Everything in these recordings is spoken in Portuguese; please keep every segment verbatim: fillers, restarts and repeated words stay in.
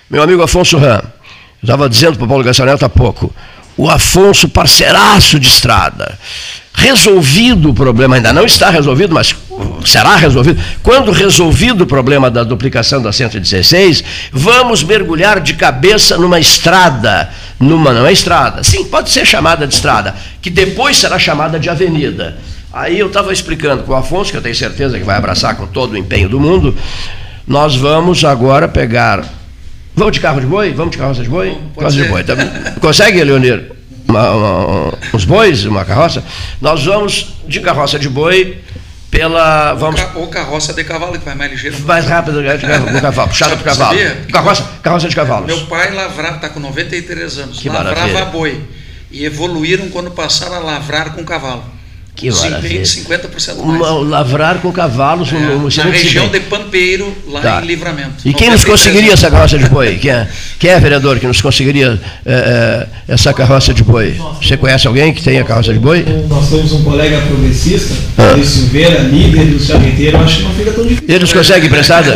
Meu amigo Afonso Ram, eu estava dizendo para o Paulo Gastão Neto há pouco, o Afonso, parceiraço de estrada, resolvido o problema, ainda não está resolvido, mas será resolvido. Quando resolvido o problema da duplicação da cento e dezesseis, vamos mergulhar de cabeça numa estrada, numa não é estrada, sim, pode ser chamada de estrada, que depois será chamada de avenida. Aí eu estava explicando com o Afonso, que eu tenho certeza que vai abraçar com todo o empenho do mundo, nós vamos agora pegar... Vamos de carro de boi? Vamos de carroça de boi? Carroça de boi. Tá... Consegue, Leonir? Uma, uma, uns bois, uma carroça? Nós vamos de carroça de boi pela... Vamos... Ou carroça de cavalo, que vai mais ligeiro. Mais rápido do cavalo, puxada por cavalo. Carroça, carroça de cavalos. Meu pai lavrava, está com noventa e três anos, que lavrava maravilha. boi. E evoluíram quando passaram a lavrar com cavalo. Que maravilha. cinquenta por cento mais. Uma, lavrar com cavalos é, no, no na região de Pampeiro, lá tá. em Livramento. E quem nos conseguiria essa carroça de boi? Quem é, quem é vereador que nos conseguiria é, é, essa carroça de boi? Você conhece alguém que tenha carroça de boi? Nós temos um colega progressista, ah. Silveira, líder do charreteiro, acho que não fica tão difícil. Ele nos consegue emprestada?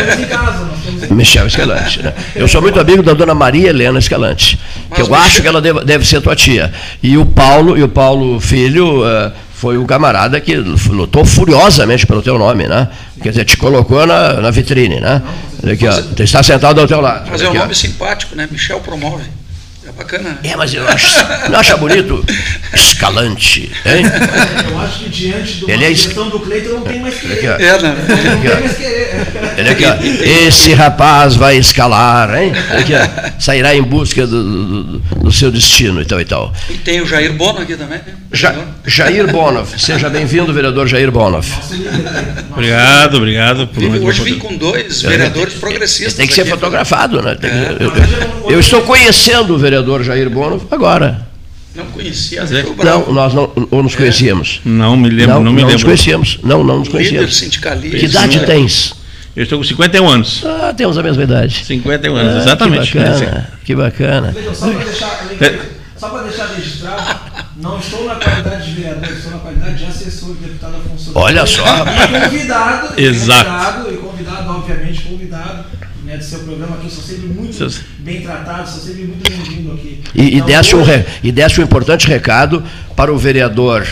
Michel Escalante, né? Eu sou muito amigo da dona Maria Helena Escalante, que eu Michel... acho que ela deve, deve ser tua tia. E o Paulo, e o Paulo Filho... Uh, foi o camarada que lutou furiosamente pelo teu nome, né? Quer dizer, te colocou na, na vitrine, né? Aqui, ó, tu está sentado ao teu lado. Mas é um nome simpático, né? Michel promove. É bacana, né? É, mas eu acho, não acha bonito? Escalante, hein? Eu acho que diante de uma Ele é questão do Cleiton não tem mais querer. Aqui, é, né? Não tem mais querer. Ele aqui, ó. Esse rapaz vai escalar, hein? Aqui, ó. Sairá em busca do, do, do seu destino e tal e tal. E tem o Jair Bono aqui também, né? Ja, Jair Bonoff, seja bem-vindo, vereador Jair Bonoff. Obrigado, obrigado. Por Hoje, hoje vim com dois vereadores progressistas. Tem que ser aqui, fotografado, né? Tem que, é. eu, eu, eu estou conhecendo o vereador Jair Bonoff agora. Não conhecia. Não, nós não ou nos conhecíamos. Não me lembro, não, não me não lembro. Nos conhecíamos. Não, não nos conhecíamos. Líder sindicalista. Que idade Sim, tens? Eu estou com cinquenta e um anos. Ah, temos a mesma idade. cinquenta e um anos, ah, exatamente. Que bacana, que bacana. Só para deixar, só para deixar registrado, não estou na qualidade de vereador, estou na qualidade de assessor de deputado Afonso. Olha só. E convidado, Exato. convidado, e convidado, obviamente, convidado, né, do seu programa aqui. Eu sou sempre muito Seus... bem tratado, sou sempre muito bem-vindo aqui. E, então, e, desse hoje, um re, e desse um importante recado para o vereador...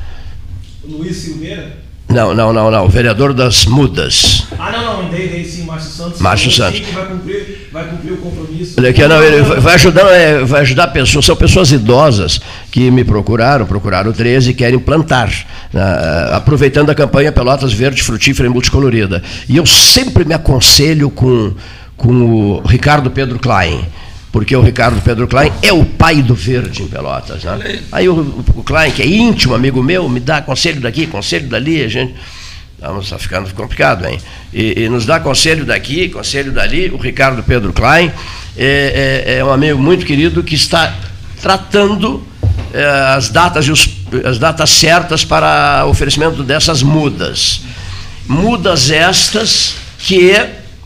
Luiz Silveira? Não, não, não, não. O vereador das mudas. Ah, não, não. Dei, dei sim, Márcio Santos. Márcio Santos. Sim, que vai cumprir, vai cumprir o compromisso. Ele, aqui, não, ele vai ajudar, vai ajudar pessoas, são pessoas idosas que me procuraram, procuraram treze e querem plantar, uh, aproveitando a campanha Pelotas Verde, Frutífera e Multicolorida. E eu sempre me aconselho com, com o Ricardo Pedro Klein, porque o Ricardo Pedro Klein é o pai do verde em Pelotas. Né? Aí o, o Klein, que é íntimo amigo meu, me dá conselho daqui, conselho dali, a gente... Vamos, está ficando complicado, hein? E, e nos dá conselho daqui, conselho dali. O Ricardo Pedro Klein é, é, é um amigo muito querido que está tratando é, as datas e os, as datas certas para oferecimento dessas mudas. Mudas estas que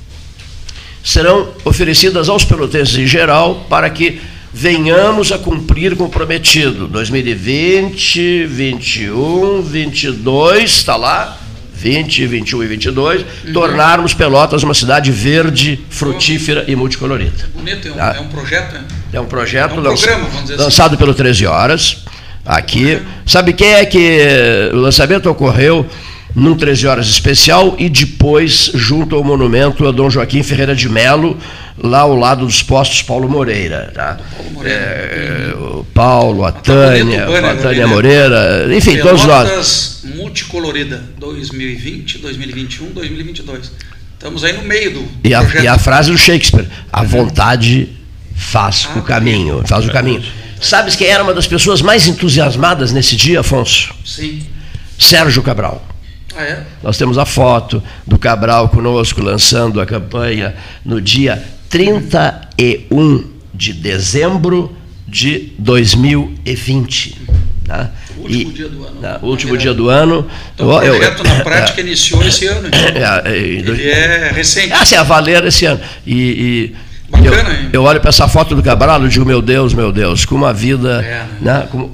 serão oferecidas aos pelotenses em geral para que venhamos a cumprir com o prometido. dois mil e vinte, vinte e um, vinte e dois, está lá, vinte, vinte e um e vinte e dois, uhum. tornarmos Pelotas uma cidade verde, frutífera e multicolorida. Bonito, é um, tá? é um projeto, né? É um projeto é um lança, programa, vamos dizer lançado assim. pelo treze horas, aqui. Sabe quem é que o lançamento ocorreu num treze horas especial e depois junto ao monumento a Dom Joaquim Ferreira de Melo, lá ao lado dos postos Paulo Moreira. Tá? Paulo Moreira. É, o Paulo, a tá Tânia, banner, a Tânia né? Moreira, enfim, Pelotas todos nós. Multicolorida, dois mil e vinte, dois mil e vinte e um, dois mil e vinte e dois. Estamos aí no meio do e a, projeto. E a frase do Shakespeare, a vontade faz ah, o caminho, faz o caminho. Sabes quem era uma das pessoas mais entusiasmadas nesse dia, Afonso? Sim. Sérgio Cabral. Ah, é? Nós temos a foto do Cabral conosco lançando a campanha no dia trinta e um de dezembro de dois mil e vinte. Tá? O último e, dia do ano. Tá, o último dia do ano. Então, o projeto, eu, eu, na prática, é, iniciou esse ano. É, é, Ele é recente. Ah, sim, a valer esse ano. E, e Bacana, eu, hein? eu olho para essa foto do Cabral e digo, meu Deus, meu Deus, como a vida... É, né? Como,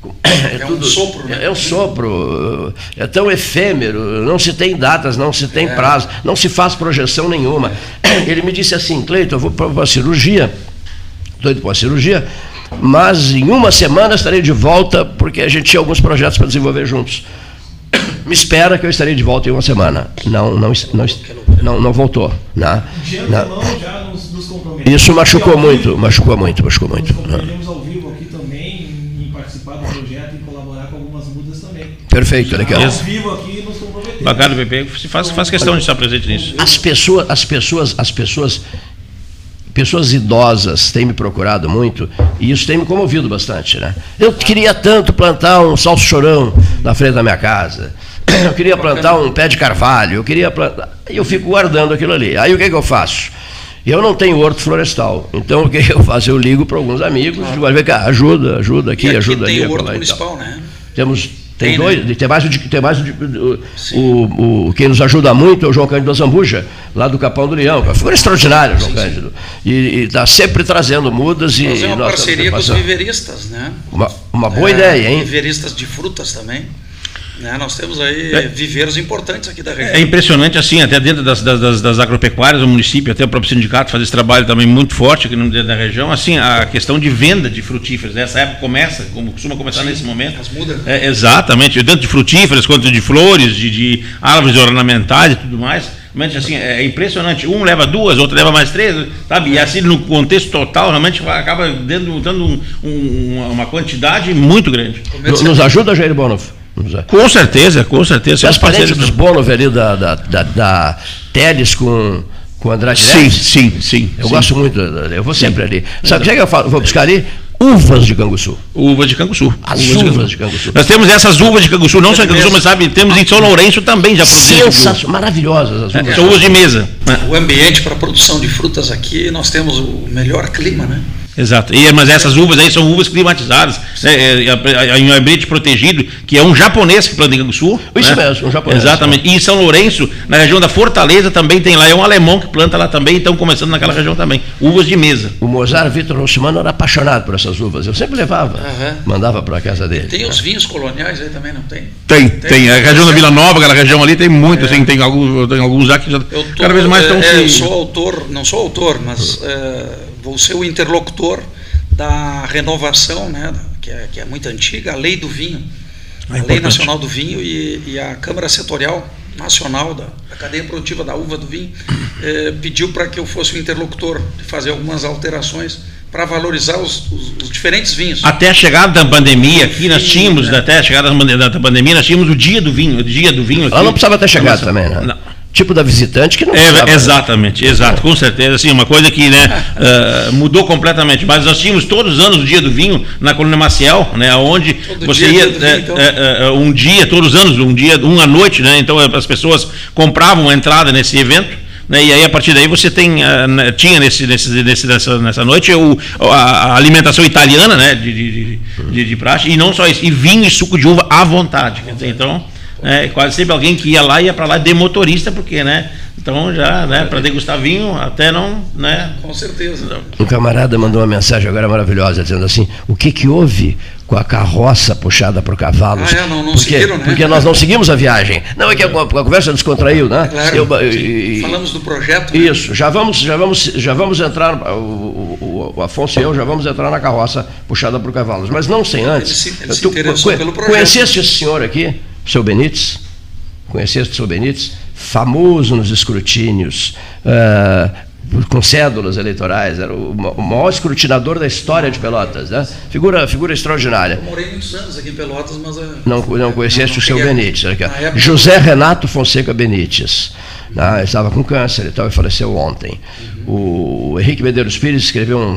É, é tudo, um sopro, né? É, é um sopro, é tão efêmero, não se tem datas, não se tem é. prazo, não se faz projeção nenhuma. Ele me disse assim, Cleiton, eu vou para uma cirurgia, estou indo para uma cirurgia, mas em uma semana estarei de volta, porque a gente tinha alguns projetos para desenvolver juntos. Me espera que eu estarei de volta em uma semana. Não, não, não, não, não voltou. Né? Não. Já nos, nos comprometemos. Isso machucou muito, machucou muito, machucou muito. Nos comprometemos ao vivo aqui também, em participar do projeto e colaborar com algumas mudas também. Perfeito, legal. Ao vivo aqui nos comprometemos. Bacana, P P, faz, faz questão de estar presente nisso. As pessoas, as pessoas, as pessoas, pessoas idosas têm me procurado muito e isso tem me comovido bastante, né? Eu queria tanto plantar um salso-chorão na frente da minha casa. Eu queria plantar um pé de carvalho, eu queria plantar. E eu fico guardando aquilo ali. Aí o que, que eu faço? Eu não tenho horto florestal. Então o que, que eu faço? Eu ligo para alguns amigos, digo, vai ver cá, ajuda, ajuda aqui, e aqui ajuda tem ali. Tem o horto municipal, né? Temos. Tem, tem dois, né? tem mais, tem mais o, o, o, quem nos ajuda muito é o João Cândido Zambuja, lá do Capão do Leão, uma figura extraordinária, João sim, Cândido. Sim. E está sempre trazendo mudas. E fazer uma parceria com os viveristas, né? Uma, uma boa é, ideia, hein? Viveristas de frutas também. Né? Nós temos aí é, viveiros importantes aqui da região. É impressionante, assim, até dentro das, das, das agropecuárias do município, até o próprio sindicato faz esse trabalho também muito forte aqui dentro da região, assim, a questão de venda de frutíferas, nessa época começa, como costuma começar sim, nesse momento. As mudas. É, exatamente, tanto de frutíferas quanto de flores, de, de árvores ornamentais e tudo mais. Realmente, assim, é impressionante. Um leva duas, outro leva mais três, sabe? E assim, no contexto total, realmente acaba dando, dando um, um, uma quantidade muito grande. Nos ajuda, Jair Bonhoff? Com certeza, com certeza. As parentes dos Bonhoff ali da, da, da, da Teles com, com Andrade Sim, Neves? sim, sim. Eu sim. gosto muito, eu vou sempre ali. Sabe o que, é que eu falo? Vou buscar ali? Uvas de Canguçu. Uvas de Canguçu. As uvas, uvas de, Canguçu. de Canguçu. Nós temos essas uvas de Canguçu, não só em Canguçu, mas sabe, temos em São Lourenço também já produzidas. Sensacionais, maravilhosas as uvas. É, são uvas de mesa. O ambiente para a produção de frutas aqui, nós temos o melhor clima, né? Exato, e, mas essas uvas aí são uvas climatizadas, né, em um ambiente protegido, que é um japonês que planta em Canguçu. Isso né? mesmo, um japonês. Exatamente, e em São Lourenço, na região da Fortaleza, também tem lá, é um alemão que planta lá também, então começando naquela região também, uvas de mesa. O Mozart Vitor Rossumano era apaixonado por essas uvas, eu sempre levava, uhum. mandava para a casa dele. Tem os vinhos coloniais aí também, não tem? Tem, tem, tem. A região da Vila Nova, aquela região ali, tem muito, é. assim, tem alguns, tem alguns já que já eu tô, cada vez mais estão é, se... Eu sou autor, não sou autor, mas é, vou ser o interlocutor da renovação, né, que, é, que é muito antiga, a Lei do Vinho, é a Lei Nacional do Vinho e, e a Câmara Setorial Nacional da, da Cadeia Produtiva da Uva do Vinho eh, pediu para que eu fosse o interlocutor de fazer algumas alterações para valorizar os, os, os diferentes vinhos. Até a chegada da pandemia, aqui nós tínhamos, né? até a chegada da pandemia, nós tínhamos o dia do vinho, o dia do vinho. Aqui. Ela não precisava ter chegado Nossa, também, né? Não. Tipo da visitante que não é, exatamente, exato, com certeza, assim, uma coisa que né, uh, mudou completamente, mas nós tínhamos todos os anos o dia do vinho na Colônia Maciel, né, onde Todo você ia vinho, é, então. é, é, um dia, todos os anos, um dia, uma noite, né, então as pessoas compravam entrada nesse evento, né, e aí a partir daí você tem, uh, tinha nesse, nesse, nesse, nessa, nessa noite o, a, a alimentação italiana, né, de, de, de, de praxe, e não só isso, e vinho e suco de uva à vontade, quer dizer, então... É, quase sempre alguém que ia lá ia para lá de motorista, porque, né? Então já, né, para degustar vinho, até não, né? Com certeza. Um camarada mandou uma mensagem agora maravilhosa, dizendo assim, o que que houve com a carroça puxada por cavalos? Ah, é, não, não porque, seguiram, né? Porque nós não seguimos a viagem. Não, é que a, a conversa descontraiu, né? Claro, Eu, e, falamos do projeto. Isso, né? já, vamos, já, vamos, já vamos entrar, o, o, o Afonso e eu já vamos entrar na carroça puxada por cavalos, mas não sem antes. Ele se, ele se interessou tu, pelo projeto. Conheceste esse senhor aqui? Seu Benites, conheceste o seu Benites? Famoso nos escrutínios, uh, com cédulas eleitorais, era o, o maior escrutinador da história de Pelotas, né? Figura, figura extraordinária. Eu morei muitos anos aqui em Pelotas, mas... Uh, não, não conheceste não, não o seu Benites. Época... José Renato Fonseca Benites, né? Ele estava com câncer e tal, e faleceu ontem. Uhum. O Henrique Medeiros Pires escreveu um...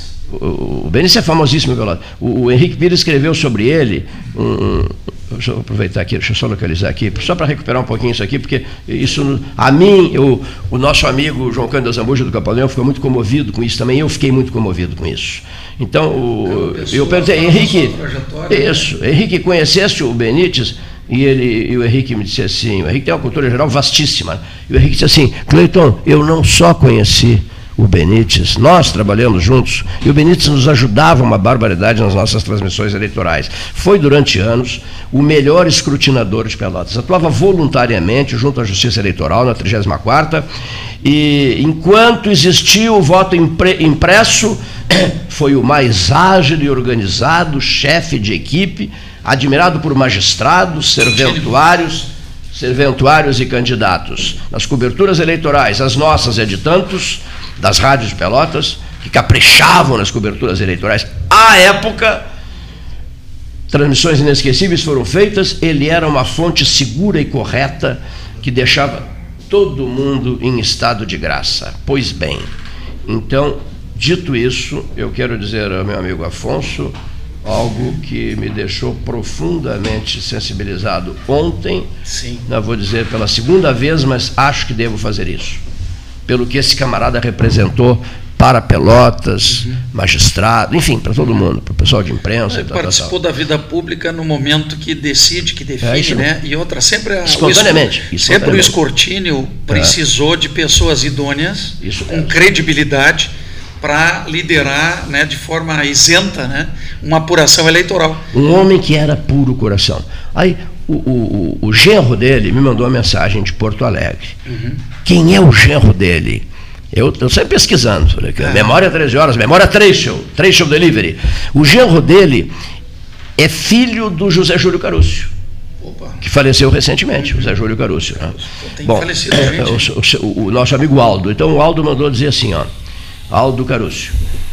O Benites é famosíssimo em Pelotas. O, o Henrique Pires escreveu sobre ele um, deixa eu aproveitar aqui, deixa eu só localizar aqui, só para recuperar um pouquinho isso aqui, porque isso, a mim, eu, o nosso amigo João Cândido Zambuja do Capão do Leão ficou muito comovido com isso também, eu fiquei muito comovido com isso. Então, o, eu perguntei, Henrique, isso, Henrique, conheceste o Benites? E, ele, e o Henrique me disse assim, o Henrique tem uma cultura geral vastíssima, e o Henrique disse assim, Cleiton, eu não só conheci o Benítez, nós trabalhamos juntos, e o Benítez nos ajudava uma barbaridade nas nossas transmissões eleitorais. Foi, durante anos, o melhor escrutinador de Pelotas. Atuava voluntariamente junto à Justiça Eleitoral, na trigésima quarta, e enquanto existia o voto impresso, foi o mais ágil e organizado chefe de equipe, admirado por magistrados, serventuários, serventuários e candidatos. Nas coberturas eleitorais, as nossas e de tantos, das rádios de Pelotas, que caprichavam nas coberturas eleitorais. À época, transmissões inesquecíveis foram feitas, ele era uma fonte segura e correta, que deixava todo mundo em estado de graça. Pois bem, então, dito isso, eu quero dizer ao meu amigo Afonso algo que me deixou profundamente sensibilizado ontem. Sim. Não vou dizer pela segunda vez, mas acho que devo fazer isso. Pelo que esse camarada representou para Pelotas, uhum. magistrado, enfim, para todo mundo, para o pessoal de imprensa. Ele participou da vida pública no momento que decide, que define, é, né? E outra, sempre a, espontaneamente, o, sempre o escrutínio precisou é. de pessoas idôneas, isso com mesmo. credibilidade, para liderar, né, de forma isenta, né, uma apuração eleitoral. Um homem que era puro coração. Aí o, o, o, o genro dele me mandou uma mensagem de Porto Alegre. Uhum. Quem é o genro dele? Eu, eu sempre pesquisando. Ah. Memória treze horas, memória Trecho, Trecho Delivery. O genro dele é filho do José Júlio Carúcio. Opa. Que faleceu recentemente, o José Júlio Carúcio. Né? Tem Bom, falecido, gente. O, o, o nosso amigo Aldo. Então o Aldo mandou dizer assim, ó. Aldo Carúcio,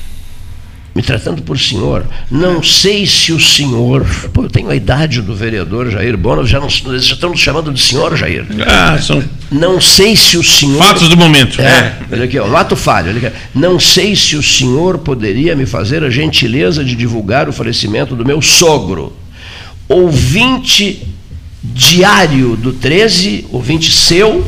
me tratando por senhor, não sei se o senhor, pô, eu tenho a idade do vereador Jair Bono, já, não, já estão nos chamando de senhor, Jair. Ah, são não sei se o senhor... Fatos do momento. É, é. Olha aqui, ó, um ato falho. Olha aqui, não sei se o senhor poderia me fazer a gentileza de divulgar o falecimento do meu sogro, ouvinte diário do treze, ouvinte seu,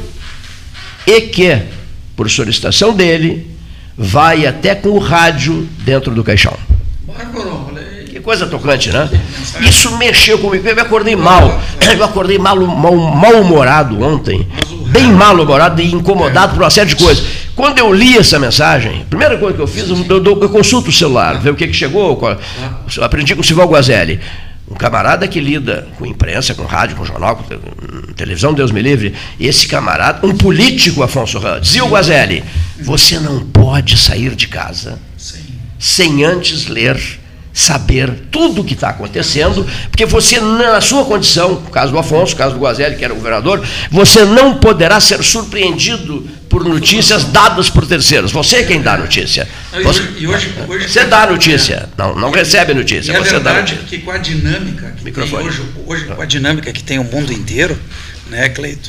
e que, por solicitação dele, vai até com o rádio dentro do caixão. Bárbaro, que coisa tocante, né? Isso mexeu comigo. Eu acordei mal. Eu acordei mal, mal, mal-humorado ontem. Bem mal-humorado e incomodado por uma série de coisas. Quando eu li essa mensagem, a primeira coisa que eu fiz, eu, eu, eu consulto o celular, ver o que, que chegou. Eu aprendi com o Silval Guazelli. Um camarada que lida com imprensa, com rádio, com jornal, com televisão, Deus me livre, esse camarada, um político, Afonso Rã, dizia o Guazelli, você não pode sair de casa Sim. sem antes ler, saber tudo o que está acontecendo, porque você, na sua condição, no caso do Afonso, no caso do Guazelli, que era o governador, você não poderá ser surpreendido por notícias dadas por terceiros. Você é quem dá a notícia. Você, e hoje, hoje, você dá a notícia, não, não recebe notícia. E você é verdade dá que com a dinâmica que Microfone. tem hoje, hoje, com a dinâmica que tem o mundo inteiro, né, Cleito?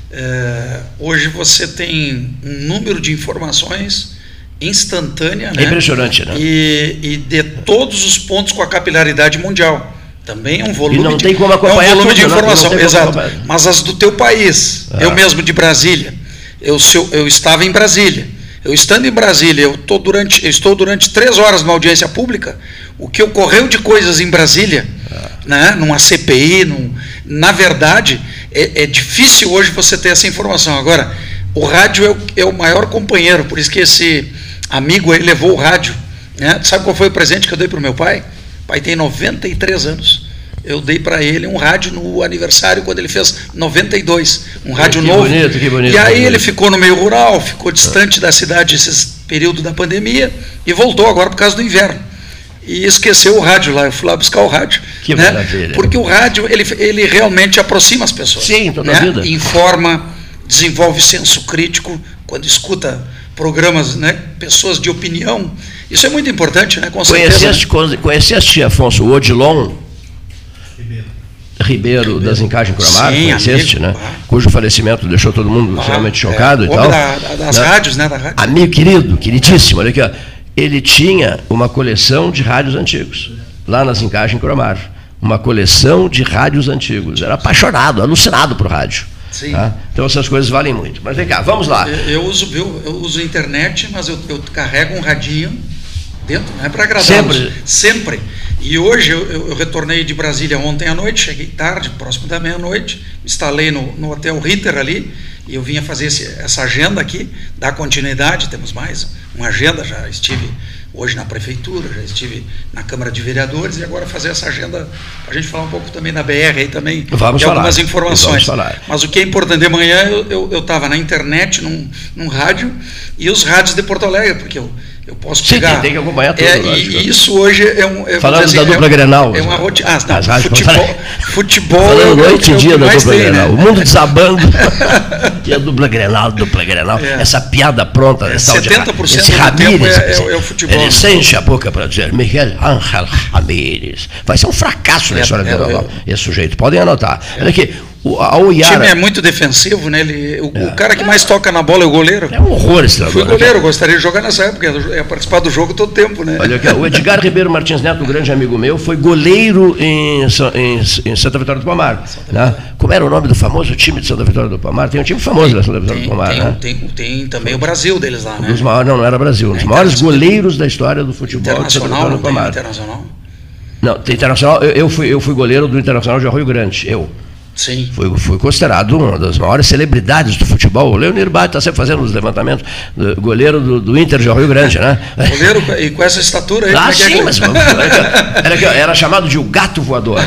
É, hoje você tem um número de informações instantânea, né? É impressionante, né? E, e de todos os pontos com a capilaridade mundial. Também é um volume, e não de, tem como acompanhar é um volume tudo, de informação, não, não exato. Mas as do teu país, ah. eu mesmo de Brasília, eu, eu, eu estava em Brasília. Eu estando em Brasília, eu, tô durante, eu estou durante três horas numa audiência pública, o que ocorreu de coisas em Brasília, ah. né, numa C P I, num, na verdade, é, é difícil hoje você ter essa informação. Agora, o rádio é o, é o maior companheiro, por isso que esse amigo aí levou o rádio. Né? Sabe qual foi o presente que eu dei para o meu pai? O pai tem noventa e três anos. Eu dei para ele um rádio no aniversário, quando ele fez noventa e dois, um rádio que novo. Bonito, que bonito, e aí bonito. Ele ficou no meio rural, ficou distante da cidade esse período da pandemia, e voltou agora por causa do inverno. E esqueceu o rádio lá, eu fui lá buscar o rádio. Que né? maravilha. Porque o rádio, ele, ele realmente aproxima as pessoas. Sim, toda né? a vida. Informa, desenvolve senso crítico, quando escuta programas, né, pessoas de opinião. Isso é muito importante, né? Com conheceste, certeza. Conheceste, Afonso, o Odilon Ribeiro, Ribeiro das Encaixes Cromar, conheceste, amigo, né? Ah. Cujo falecimento deixou todo mundo ah, realmente chocado é, e tal. Da, das né? rádios, né? Da rádio. Amigo querido, queridíssimo, olha aqui, ó. Ele tinha uma coleção de rádios antigos, lá nas Encaixes Cromar. Uma coleção de rádios antigos. Era apaixonado, alucinado por rádio. Sim. Tá? Então essas coisas valem muito. Mas vem cá, vamos lá. Eu, eu uso, eu, eu uso internet, mas eu, eu carrego um radinho dentro, não é para agradar. Sempre. Sempre. E hoje eu, eu, eu retornei de Brasília ontem à noite, cheguei tarde, próximo da meia-noite, instalei no, no hotel Ritter ali, e eu vinha fazer esse, essa agenda aqui, dar continuidade, temos mais uma agenda, já estive hoje na Prefeitura, já estive na Câmara de Vereadores, e agora fazer essa agenda, para a gente falar um pouco também da B R aí também, vamos de falar, algumas informações. Vamos falar. Mas o que é importante, de manhã eu estava na internet, num, num rádio, e os rádios de Porto Alegre, porque eu Eu posso Sim, pegar. tem que acompanhar tudo. É, e isso hoje é um. É, falando assim, da dupla é, Grenal. É uma rotina. Ah, não, As futebol. Futebol. Falando é, noite e é dia da dupla tem, Grenal. Né? O mundo desabando. E a dupla Grenal, dupla Grenal. É. Essa piada pronta. É, setenta por cento esse do Ramírez, tempo é, é, é o futebol. Ele se enche a boca para dizer Miguel Ángel Ramírez. Vai ser um fracasso na história do Grenal. Esse sujeito. Podem anotar. Olha aqui. O, a o time é muito defensivo, né? Ele, o, é. o cara que mais toca na bola é o goleiro. É um horror esse treinador. Fui goleiro, gostaria de jogar nessa época, ia participar do jogo todo tempo, né? Olha aqui, o Edgar Ribeiro Martins Neto, um grande amigo meu, foi goleiro em, em, em Santa Vitória do Palmar. Né? Como era o nome do famoso time de Santa Vitória do Palmar? Tem um time famoso da Santa Vitória tem, do Palmar. Tem, né? tem, tem também o Brasil deles lá, né? Um dos maiores, não, não era Brasil, um dos é, maiores goleiros da história do futebol de Santa Vitória do Palmar. Internacional? Não, tem Internacional, eu, eu, fui, eu fui goleiro do Internacional de Arroio Grande, eu. Sim. Fui, fui considerado uma das maiores celebridades do futebol. O Leonir Bate está sempre fazendo os levantamentos, do, goleiro do, do Inter de Rio Grande, né? Goleiro e com essa estatura aí. Ah, sim, é mas era, era, era chamado de o gato voador.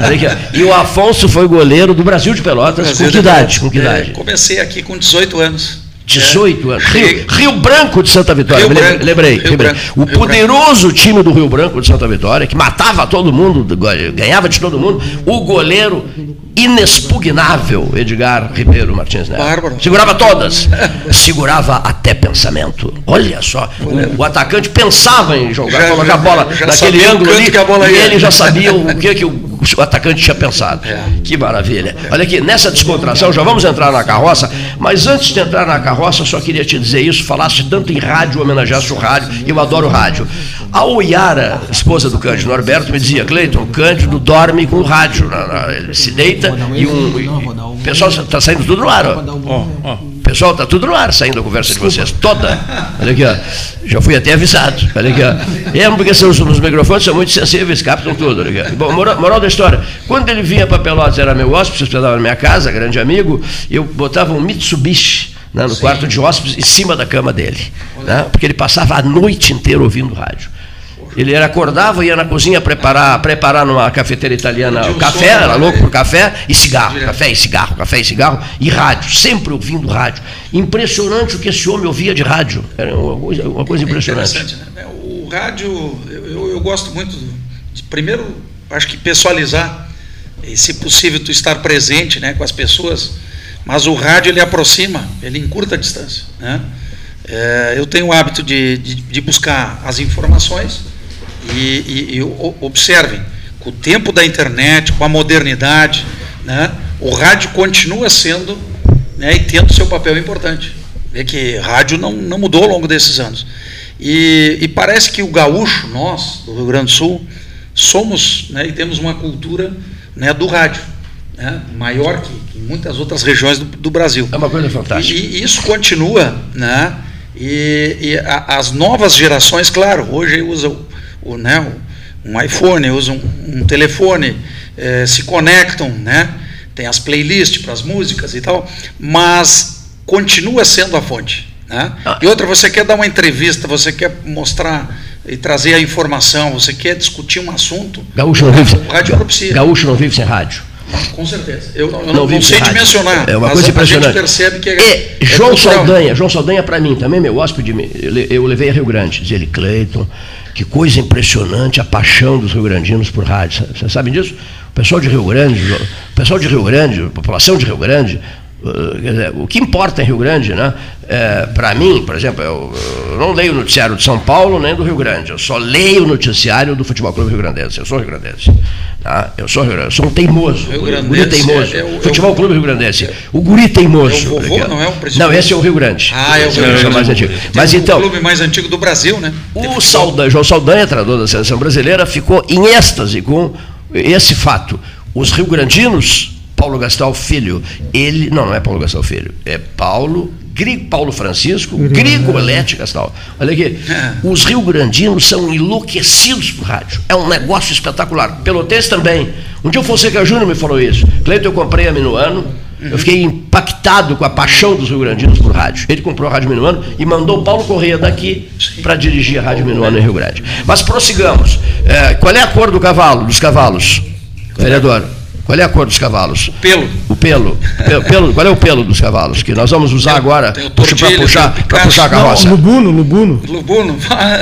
E o Afonso foi goleiro do Brasil de Pelotas. Brasil com que idade? Com que idade? É, comecei aqui com dezoito anos. dezoito anos. Rio, Rio Branco de Santa Vitória. Rio Branco, lembrei. Rio lembrei. Branco, o Rio poderoso Branco. time do Rio Branco de Santa Vitória, que matava todo mundo, ganhava de todo mundo. O goleiro inexpugnável, Edgar Ribeiro Martins Neto. Bárbaro. Segurava todas. Segurava até pensamento. Olha só. O, o atacante pensava em jogar, já, colocar já, a bola já naquele ângulo ali, que a bola e ia. Ele já sabia o que, que o, o atacante tinha pensado. É. Que maravilha. Olha aqui, nessa descontração, já vamos entrar na carroça, mas antes de entrar na carroça, eu só queria te dizer isso, falasse tanto em rádio, homenageasse o rádio, eu adoro rádio. A Oiara, esposa do Cândido Norberto, me dizia, Cleiton, o Cândido dorme com o rádio, ele se deita e um... O pessoal está saindo tudo no ar, ó. ó, ó. O pessoal está tudo no ar, saindo a conversa de vocês, toda. Olha aqui, ó. Já fui até avisado. Olha aqui, ó. É, porque são, os microfones são muito sensíveis, captam tudo. Olha aqui. Bom, moral, moral da história, quando ele vinha para Pelotas, era meu hóspede, se hospedava na minha casa, grande amigo, eu botava um Mitsubishi, né, no Sim. quarto de hóspedes, em cima da cama dele, né, porque ele passava a noite inteira ouvindo rádio. Ele era, acordava, ia na cozinha preparar, preparar numa cafeteira italiana o café, era louco por café, e cigarro, café e cigarro, café e cigarro, e rádio, sempre ouvindo rádio. Impressionante o que esse homem ouvia de rádio, era uma coisa, uma coisa impressionante. É interessante, né? O rádio, eu, eu gosto muito, de, primeiro, acho que pessoalizar, e se possível tu estar presente, né, com as pessoas, mas o rádio ele aproxima, ele encurta a distância, né? É, eu tenho o hábito de, de, de buscar as informações. E, e, e observem, com o tempo da internet, com a modernidade, né, o rádio continua sendo, né, e tendo seu papel importante. Vê que rádio não, não mudou ao longo desses anos. E, e parece que o gaúcho, nós, do Rio Grande do Sul, somos, né, e temos uma cultura, né, do rádio, né, maior que, que muitas outras regiões do, do Brasil. É uma coisa fantástica. E, e isso continua, né, e, e a, as novas gerações, claro, hoje usam O, né, um iPhone, usam um, um telefone, eh, se conectam, né, tem as playlists para as músicas e tal, mas continua sendo a fonte. Né? Ah. E outra, você quer dar uma entrevista, você quer mostrar e trazer a informação, você quer discutir um assunto, Gaúcho não vive, o rádio propicia. Gaúcho não vive sem rádio. Com certeza. Eu, eu não, não, não sei dimensionar. É uma coisa impressionante. A gente percebe que é, e é João cultural. Saldanha, João Saldanha para mim, também meu hóspede, eu levei a Rio Grande, dizia ele, Cleiton, que coisa impressionante a paixão dos rio-grandinos por rádio. Vocês sabem disso? O pessoal de Rio Grande, o pessoal de Rio Grande, a população de Rio Grande, uh, quer dizer, o que importa em Rio Grande, né? É, para mim, por exemplo, eu, eu não leio o noticiário de São Paulo nem do Rio Grande, eu só leio o noticiário do Futebol Clube Rio Grandense. Eu sou Rio Grandense. Tá? Eu sou Rio Grandense, eu sou um teimoso. Rio o guri teimoso. É, é o, Futebol Clube Rio Grandense. O guri teimoso. É o vovô, não é o presidente? Não, esse é o Rio Grande. Ah, é o Rio Grande. É o mais antigo. Mas então, o clube mais antigo do Brasil, né? O Saldanha, João Saldanha, treinador da seleção brasileira, ficou em êxtase com esse fato. Os rio-grandinos, Paulo Gastal Filho, ele, não, não é Paulo Gastal Filho, é Paulo, Grigo, Paulo Francisco, Grigolete Gastal. Olha aqui, os rio-grandinos são enlouquecidos por rádio, é um negócio espetacular. Pelotense também. Um dia o Fonseca Júnior me falou isso. Cleiton, eu comprei a Minuano, Uhum. Eu fiquei impactado com a paixão dos rio-grandinos por rádio. Ele comprou a Rádio Minuano e mandou o Paulo Correia daqui para dirigir a Rádio Minuano em Rio Grande. Mas prossigamos. É, qual é a cor do cavalo, dos cavalos, vereador? Qual é a cor dos cavalos? O pelo. O pelo. pelo, pelo qual é o pelo dos cavalos? Que nós vamos usar tem, agora para puxar, puxar a carroça. Não, lubuno, lubuno. Lubuno.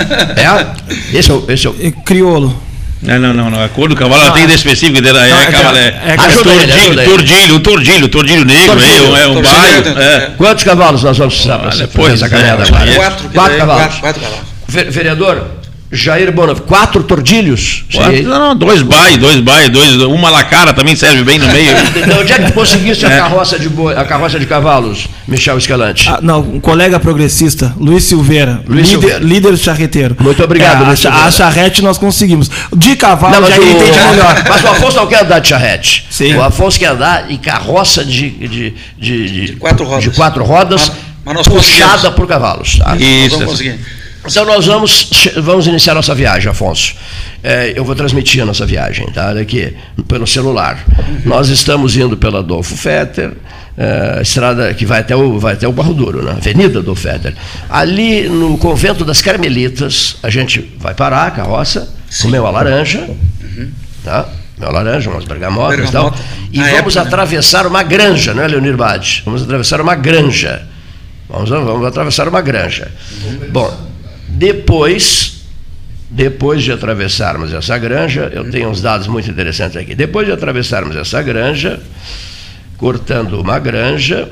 É? Esse é o... Esse é o... É crioulo. Não, não, não, não. A cor do cavalo não, tem ideia específica dela. É, cavalo, é, é, é tordilho, tordilho, tordilho, tordilho negro, tordilho, é um bairro. É. Quantos cavalos nós vamos precisar para fazer essa caminhada agora? Quatro, quatro cavalos. Quatro, quatro cavalos. Vereador Jair Bonov, quatro tordilhos? Quatro, não, não, dois bairros, dois bairros, dois, uma lacara também serve bem no meio. Então, onde é que tu conseguiste é. a, carroça de boi, a carroça de cavalos, Michel Escalante? Ah, não, um colega progressista, Luiz Silveira, Luiz líder, Silveira. líder charreteiro. Muito obrigado, é, Luiz a, a charrete nós conseguimos. De cavalo não, já o, entendi melhor. Mas o Afonso não quer andar de charrete. Sim. O Afonso quer andar em carroça de, de, de, de, de quatro rodas, de quatro rodas mas, mas puxada por cavalos. Tá? Isso. Nós vamos Então nós vamos, vamos iniciar nossa viagem, Afonso. É, eu vou transmitir a nossa viagem, tá? Olha aqui, pelo celular. Uhum. Nós estamos indo pela Adolfo Fetter, é, estrada que vai até o, vai até o Barro Duro, né? Avenida Adolfo Fetter. Ali no Convento das Carmelitas, a gente vai parar a carroça, Sim. comer uma laranja, uhum. tá? Uma laranja, umas bergamotas e tal, e vamos época, atravessar né? uma granja, não é, Leonir Bade? Vamos atravessar uma granja. Vamos, vamos atravessar uma granja. Uhum. Bom, Depois, depois de atravessarmos essa granja, eu tenho uns dados muito interessantes aqui. Depois de atravessarmos essa granja, cortando uma granja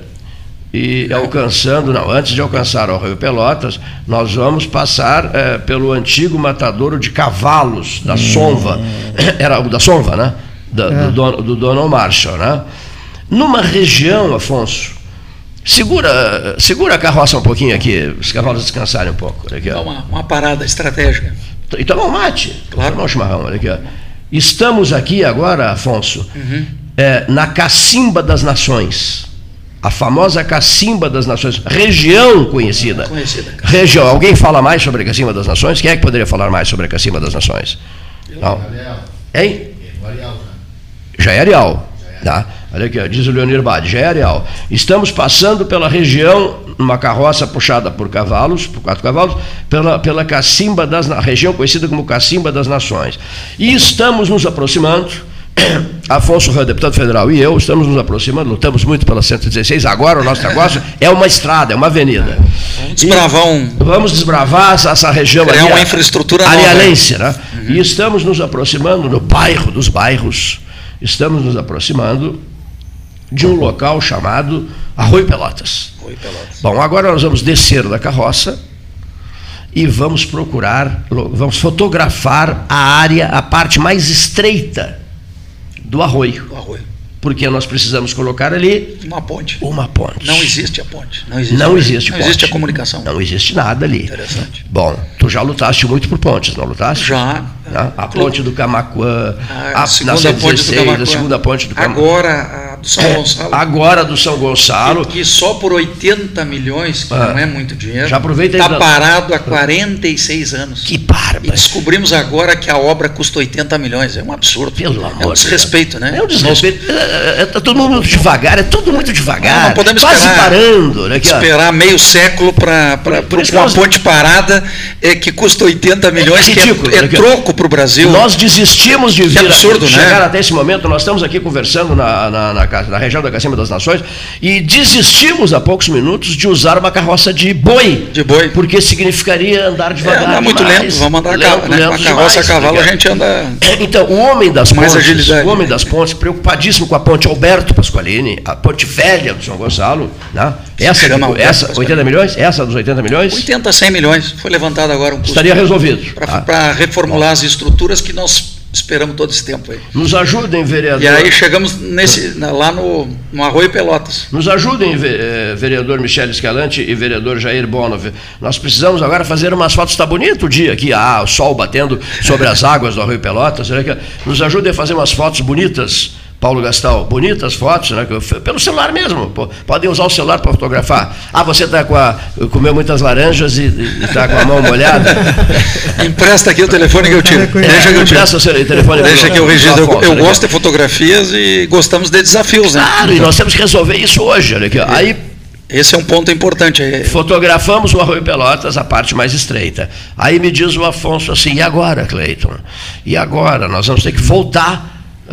e alcançando, não, antes de alcançar o Rio Pelotas, nós vamos passar é, pelo antigo matadouro de cavalos da Sonva, era o da Sonva, né? Da, é. do, dono, do Donald Marshall, né? Numa região, Afonso, Segura, segura a carroça um pouquinho aqui, os cavalos descansarem um pouco. Olha aqui, ó. Uma, uma parada estratégica. E tomar um mate, claro. tomar um chimarrão. Olha aqui, ó. Estamos aqui agora, Afonso, uhum. é, na Cacimba das Nações. A famosa Cacimba das Nações, região conhecida. Conhecida. Região. Alguém fala mais sobre a Cacimba das Nações? Quem é que poderia falar mais sobre a Cacimba das Nações? Eu. Não. Hein? Já é Arial. Tá? Olha aqui, ó, diz o Leonir Bade, já é Areal. Estamos passando pela região, numa carroça puxada por cavalos, por quatro cavalos, pela, pela Cacimba das a região conhecida como Cacimba das Nações. E estamos nos aproximando, Afonso Rã, deputado federal, e eu estamos nos aproximando, lutamos muito pela cento e dezesseis, agora o nosso negócio é uma estrada, é uma avenida. Vamos desbravar um... Vamos desbravar essa, essa região criar ali, uma infraestrutura arealense, né? Uhum. E estamos nos aproximando no bairro dos bairros, estamos nos aproximando de um local chamado Arroio Pelotas. Arroio Pelotas. Bom, agora nós vamos descer da carroça e vamos procurar, vamos fotografar a área, a parte mais estreita do arroio. Do arroio. Porque nós precisamos colocar ali uma ponte. Uma ponte. Não existe a ponte. Não existe, não existe, não ponte. existe a comunicação. Não existe nada ali. Interessante. Bom, tu já lutaste muito por pontes, não lutaste? Já. Não? A ponte do Camaquã, a, a segunda ponte do Camaquã. A segunda ponte do Camaquã. Agora a do São Gonçalo. Agora do São Gonçalo. Que, que só por oitenta milhões, que ah, não é muito dinheiro, já aproveita está parado há quarenta e seis anos. Que bárbaro. E descobrimos agora que a obra custa oitenta milhões. É um absurdo. Pelo amor. É um desrespeito, né? É um desrespeito. É, é, tá todo mundo muito devagar, é tudo muito devagar. Não, não podemos quase esperar, parando. Né, aqui, esperar ó. meio século para uma nós... ponte parada é, que custa oitenta milhões, é ridículo, que é, é troco para o Brasil. Nós desistimos de vir absurdo, a, chegar né? até esse momento. Nós estamos aqui conversando na, na, na, na região da Cacimba das Nações e desistimos há poucos minutos de usar uma carroça de boi. De boi. Porque significaria andar devagar. É, andar muito demais, lento, vamos andar lento, né? Com a carroça a cavalo a gente anda. Então, o homem das mais pontes, agilidade. o homem das pontes, preocupadíssimo com a ponte Alberto Pasqualini, a ponte velha do São Gonçalo, né? Essa, de, essa oitenta milhões? Essa dos oitenta milhões? oitenta, cem milhões. Foi levantado agora um custo. Estaria resolvido. Para ah. reformular Bom. as estruturas que nós esperamos todo esse tempo aí. Nos ajudem, vereador. E aí chegamos nesse, lá no, no Arroio Pelotas. Nos ajudem, vereador Michel Escalante e vereador Jair Bonov. Nós precisamos agora fazer umas fotos. Está bonito o dia aqui, ah, o sol batendo sobre as águas do Arroio Pelotas. Nos ajudem a fazer umas fotos bonitas Paulo Gastal, bonitas fotos, né? Pelo celular mesmo, pô, podem usar o celular para fotografar. Ah, você tá com a, comeu muitas laranjas e está com a mão molhada? Empresta aqui o telefone que eu tiro. É, deixa que eu tiro. Empresta o telefone. Deixa que eu registro. Eu, eu gosto de fotografias e gostamos de desafios, né? Claro, e nós temos que resolver isso hoje, olha aqui, ó. Aí, esse é um ponto importante. fotografamos o Arroio Pelotas, a parte mais estreita. Aí me diz o Afonso assim, e agora, Cleiton? E agora? Nós vamos ter que voltar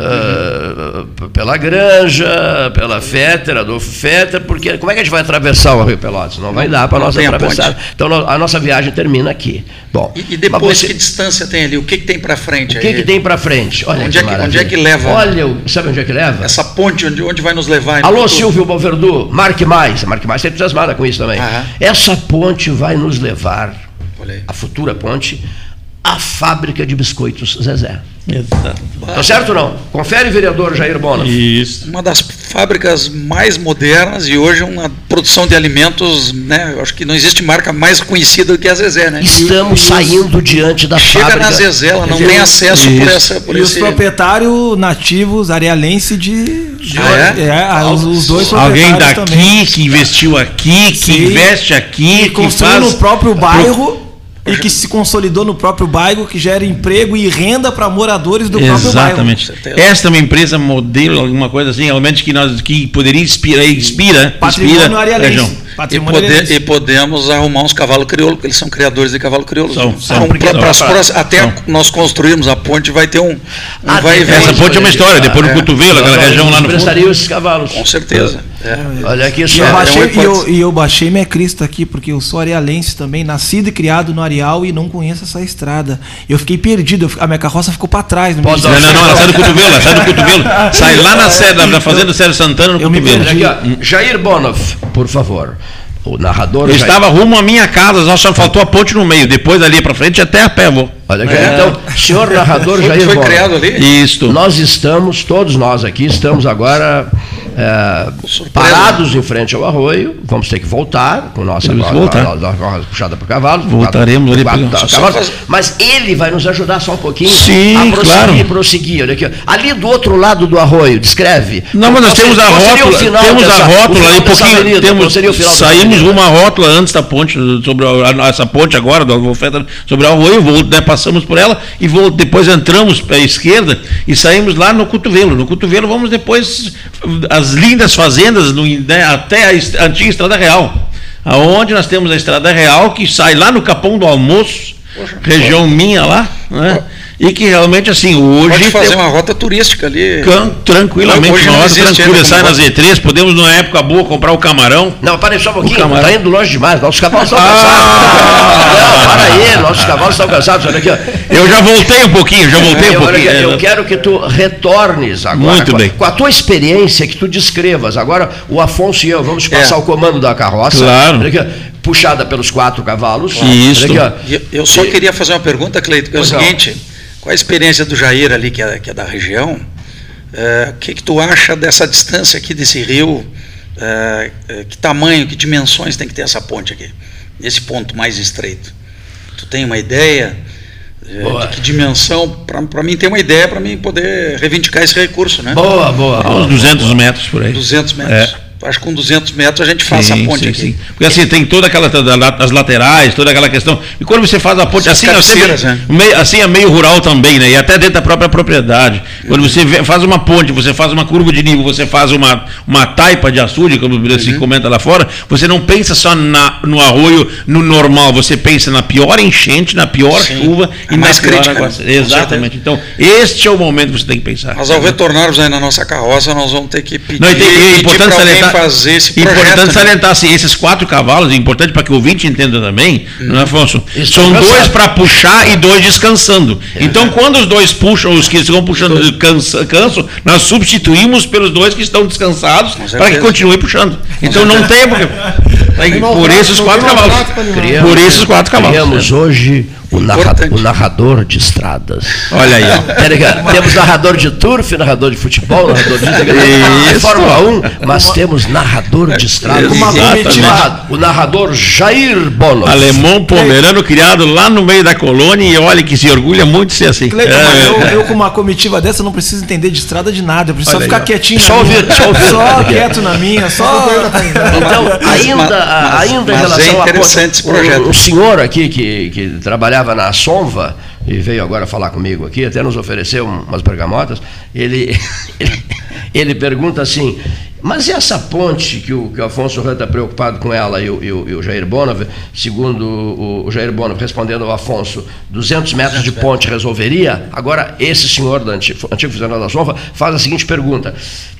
Uh, pela Granja, pela Féter, Adolfo Féter, porque como é que a gente vai atravessar o Arroio Pelotas? Não vai dar para nós atravessar. Então a nossa viagem termina aqui. Bom, e, e depois você, que distância tem ali? O que, que tem para frente? O que, aí? que tem para frente? Olha onde, é que, onde é que leva? Olha, sabe onde é que leva? Essa ponte, onde, onde vai nos levar? Alô, Silvio Balverdu, marque mais. Marque mais, sempre entusiasmada com isso também. Aham. Essa ponte vai nos levar, a futura ponte, à fábrica de biscoitos Zezé. Exato. Tá certo ou não? Confere, vereador Jair Bono. Isso. Uma das fábricas mais modernas e hoje uma produção de alimentos, né? Eu acho que não existe marca mais conhecida do que a Zezé, né? Estamos e, saindo e diante da chega fábrica. Chega na Zezé, ela não tem acesso por essa. Por e esse... os proprietários nativos arealense de. de ah, é? É, os, os dois Alguém daqui também. que investiu aqui, que Sim. investe aqui, e que construiu faz no próprio bairro. E que se consolidou no próprio bairro, que gera emprego e renda para moradores do próprio bairro. Exatamente. Esta é uma empresa modelo, alguma coisa assim, realmente que, nós, que poderia inspirar, inspira, patrimônio inspira arealense. E, poder, e podemos arrumar uns cavalos crioulos, porque eles são criadores de cavalo crioulo. São, são, pra, pra, são, pra, até são. nós construirmos a ponte, vai ter um, um ah, vai ver. Essa ponte é uma história, depois no é. cotovelo, aquela região lá no fundo. Esses cavalos. Com certeza. É. Olha aqui só. E eu, baixei, é e, eu, e eu baixei minha crista aqui, porque eu sou arealense também, nascido e criado no Areal e não conheço essa estrada. Eu fiquei perdido, eu, a minha carroça ficou para trás. No não, não, não, ela sai do cotovelo, ela sai do cotovelo. Sai lá na, Serra, na fazenda Sérgio Santana, no eu cotovelo. Me aqui, Jair Bonoff, por favor. O narrador. Eu Jair. estava rumo à minha casa, só faltou a ponte no meio. Depois ali para frente até a pé vou. Olha aqui, é. Então, senhor narrador foi, Jair foi Bonoff. criado ali? Isto. Nós estamos, todos nós aqui, estamos agora é, parados em frente ao arroio. Vamos ter que voltar com nossa carroça puxada por cavalos. Voltaremos ali para cavalos. Mas ele vai nos ajudar só um pouquinho. Sim, a prosseguir, claro. prosseguir. Olha aqui, ali do outro lado do arroio, descreve. Não, mas nós temos a rótula, temos a rótula ali, pouquinho, temos, saímos uma rótula antes da ponte, sobre a, essa ponte agora, do Alvofeta, sobre o arroio, volta, né, passamos por ela e volta, depois entramos para a esquerda e saímos lá no cotovelo. No cotovelo vamos depois as lindas fazendas no, né, até a antiga Estrada Real, aonde nós temos a Estrada Real que sai lá no Capão do Almoço, Poxa, região pô. minha lá, né? E que realmente assim, hoje... Pode fazer tem... uma rota turística ali. Can, tranquilamente, hoje uma rota tranquila, sai na rota. Z três, podemos numa época boa comprar o camarão. Não, para aí só um pouquinho, está indo longe demais, nossos cavalos estão ah! cansados. Não, para aí, nossos cavalos estão cansados, olha aqui. Ó. Eu já voltei um pouquinho, já voltei eu, um pouquinho. Eu, eu quero que tu retornes agora, Muito com, bem. com a tua experiência, que tu descrevas. Agora, o Afonso e eu vamos passar é. o comando da carroça. Claro. Aqui, puxada pelos quatro cavalos. Isso. Aqui, eu só e... queria fazer uma pergunta, Cleiton, que é o seguinte... Qual a experiência do Jair ali, que é, que é da região? É, o que, que tu acha dessa distância aqui desse rio? É, é, que tamanho, que dimensões tem que ter essa ponte aqui? Nesse ponto mais estreito. Tu tem uma ideia é, de que dimensão? Para mim ter uma ideia, para mim poder reivindicar esse recurso, né? Boa, boa. Uns duzentos metros por aí. duzentos metros. É. Acho que com duzentos metros a gente faz sim, a ponte sim, aqui. Sim. Porque assim, tem toda aquela, as laterais, toda aquela questão. E quando você faz a ponte, assim, sempre, né? meio, assim é meio rural também, né? E até dentro da própria propriedade. Quando uhum. você faz uma ponte, você faz uma curva de nível, você faz uma, uma taipa de açude, como uhum. se comenta lá fora, você não pensa só na, no arroio, no normal, você pensa na pior enchente, na pior sim. chuva é e mais na pior crítica. Né? Exatamente. Então, este é o momento que você tem que pensar. Mas ao retornarmos aí na nossa carroça, nós vamos ter que pedir, não, tem, é pedir para alguém fazer esse projeto. Importante né? salientar assim, esses quatro cavalos, é importante para que o ouvinte entenda também, hum. não é, Afonso? Isso são dois cansado. para puxar e dois descansando. É. Então, quando os dois puxam, os que estão puxando cansa, cansam, nós substituímos pelos dois que estão descansados para que continuem puxando. Então, não tem porque... Por esses quatro cavalos. Por esses quatro cavalos. Criamos hoje O, narra, o narrador de estradas. Olha aí. Ó. Temos narrador de turf, narrador de futebol, narrador de, de Fórmula um, mas uma... temos narrador de estradas. O narrador Jair Bono. Alemão pomerano, criado lá no meio da colônia, e olha que se orgulha muito de ser assim. Cleiton, é, eu, eu com uma comitiva dessa não preciso entender de estrada de nada, eu preciso só ficar quietinho. Só ouvir, só ouvir. Só quieto na minha, só. Então, ainda, mas, ainda mas em relação é interessante a. Esse projeto. O, o senhor aqui que, que trabalhava na Sonva e veio agora falar comigo aqui, até nos ofereceu umas bergamotas, ele, ele, ele pergunta assim, mas e essa ponte que o, que o Afonso Ramos está preocupado com ela e o, e o, e o Jair Bonner, segundo o, o Jair Bonner respondendo ao Afonso, duzentos metros de ponte resolveria? Agora esse senhor do antigo, antigo funcionário da Sonva faz a seguinte pergunta,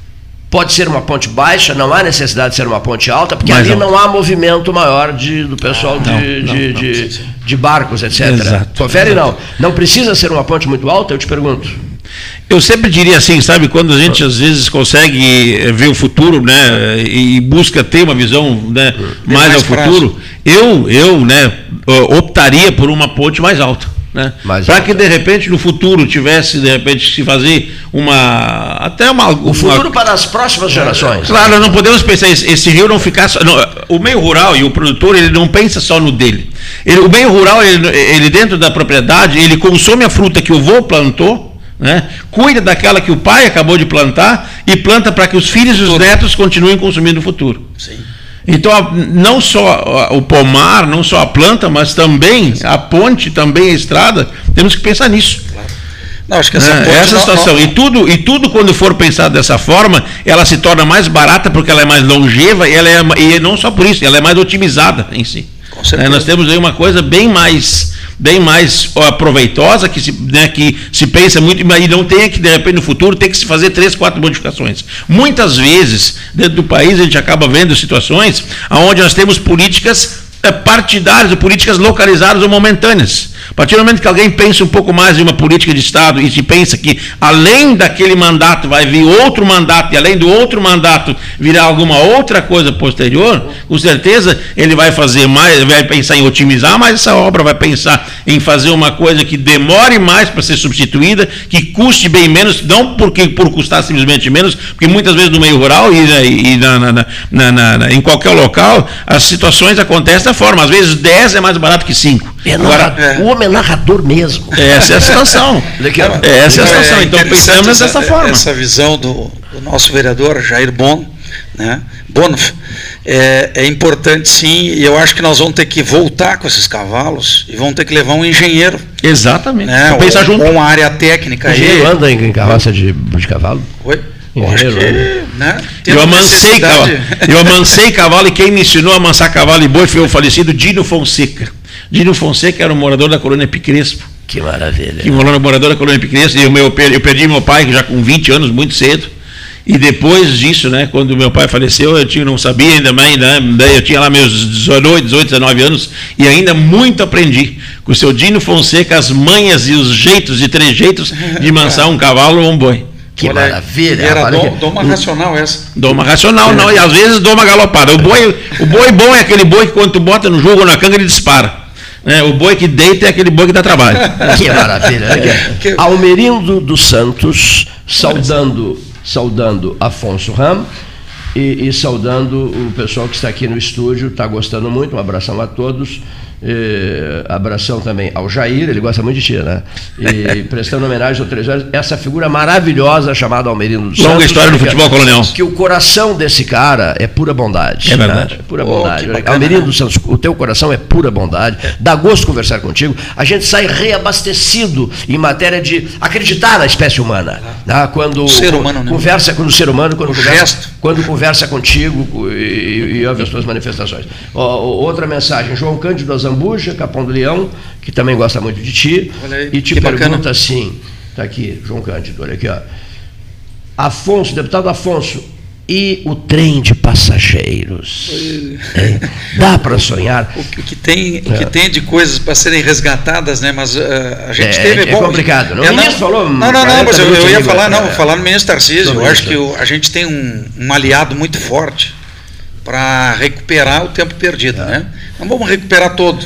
pode ser uma ponte baixa, não há necessidade de ser uma ponte alta, porque mais ali alto. Não há movimento maior de, do pessoal ah, não, de, não, de, não, de, não, de barcos, etcétera. Exato, Confere exato. Não. Não precisa ser uma ponte muito alta, eu te pergunto. Eu sempre diria assim, sabe, quando a gente às vezes consegue ver o futuro, né, e busca ter uma visão, né, mais, mais ao futuro, eu, eu, né, optaria por uma ponte mais alta. Né? Para que de repente no futuro tivesse de repente se fazer uma até uma o futuro uma, para as próximas gerações. Claro, não podemos pensar esse, esse rio não ficar só, não, o meio rural e o produtor ele não pensa só no dele. Ele, o meio rural ele, ele dentro da propriedade ele consome a fruta que o vô plantou, né? Cuida daquela que o pai acabou de plantar e planta para que os filhos e os netos continuem consumindo no futuro. Sim. Então, não só o pomar, não só a planta, mas também a ponte, também a estrada, temos que pensar nisso. Claro. Não, acho que essa, é, essa não, situação. Não... E, tudo, e tudo, quando for pensado dessa forma, ela se torna mais barata porque ela é mais longeva e, ela é, e não só por isso, ela é mais otimizada em si. É, nós temos aí uma coisa bem mais... bem mais ó, proveitosa, que se, né, que se pensa muito, e não tem que, de repente, no futuro, tem que se fazer três, quatro modificações. Muitas vezes, dentro do país, a gente acaba vendo situações onde nós temos políticas partidárias, ou políticas localizadas ou momentâneas. A partir do momento que alguém pensa um pouco mais em uma política de Estado e se pensa que além daquele mandato vai vir outro mandato e além do outro mandato virá alguma outra coisa posterior, com certeza ele vai fazer mais, vai pensar em otimizar mais essa obra, vai pensar em fazer uma coisa que demore mais para ser substituída, que custe bem menos, não porque por custar simplesmente menos, porque muitas vezes no meio rural e, e na, na, na, na, na, em qualquer local as situações acontecem da forma, às vezes dez é mais barato que cinco. É Agora, é. O homem é narrador mesmo. Essa é a situação. Essa é a situação. Então pensamos dessa forma. Essa visão do, do nosso vereador Jair Bono, né? Bono, é, é importante sim, e eu acho que nós vamos ter que voltar com esses cavalos e vamos ter que levar um engenheiro. Exatamente. Né? Ou, junto. ou uma área técnica. O engenheiro aí. Anda em carroça de, de cavalo? Oi? Eu, acho que, né? eu, amancei cavalo, eu amancei cavalo e quem me ensinou a amansar cavalo e boi foi o falecido Dino Fonseca. Dino Fonseca era um morador da colônia Picrespo. Que maravilha. Que morador da colônia Picrespo. E eu, eu perdi meu pai já com vinte anos, muito cedo. E depois disso, né, quando meu pai faleceu, eu tinha, não sabia ainda mais, né, eu tinha lá meus dezoito, dezenove anos e ainda muito aprendi com o seu Dino Fonseca as manhas e os jeitos e trejeitos de amansar um cavalo ou um boi. Que Olha, maravilha. Era doma, doma racional essa. Doma racional, não, e às vezes doma galopada. O boi, o boi bom é aquele boi que quando tu bota no jogo ou na canga ele dispara. É, o boi que deita é aquele boi que dá trabalho. Que maravilha. Né? Almerindo dos Santos, saudando, saudando Afonso Ramos e, e saudando o pessoal que está aqui no estúdio, está gostando muito, um abração a todos. E, abração também ao Jair, ele gosta muito de ti, né? E prestando homenagem ao três anos, essa figura maravilhosa chamada Almerindo dos Santos. Longa história do futebol colonial. Que o coração desse cara é pura bondade. É verdade. Né? É pura oh, bondade. Almerindo dos Santos, o teu coração é pura bondade. Dá gosto conversar contigo. A gente sai reabastecido em matéria de acreditar na espécie humana. Né? Quando o ser humano, né? conversa quando o ser humano, quando, conversa, quando conversa contigo e, e ouve as tuas manifestações. Oh, outra mensagem, João Cândido Azambuja, Capão do Leão, que também gosta muito de ti, aí, e te pergunta bacana. Assim, está aqui, João Cândido, olha aqui, ó. Afonso, deputado Afonso, e o trem de passageiros? É, dá para sonhar? O que, o que tem, é. o que tem de coisas para serem resgatadas, né? Mas uh, a gente é, teve... É, bom, é complicado. Não, é, o ministro não, falou... Não, não, não, mas eu, eu ia falar, não, é, falar no ministro Tarcísio. Eu acho que o, a gente tem um, um aliado muito forte para recuperar o tempo perdido, é. né? Não vamos recuperar todo,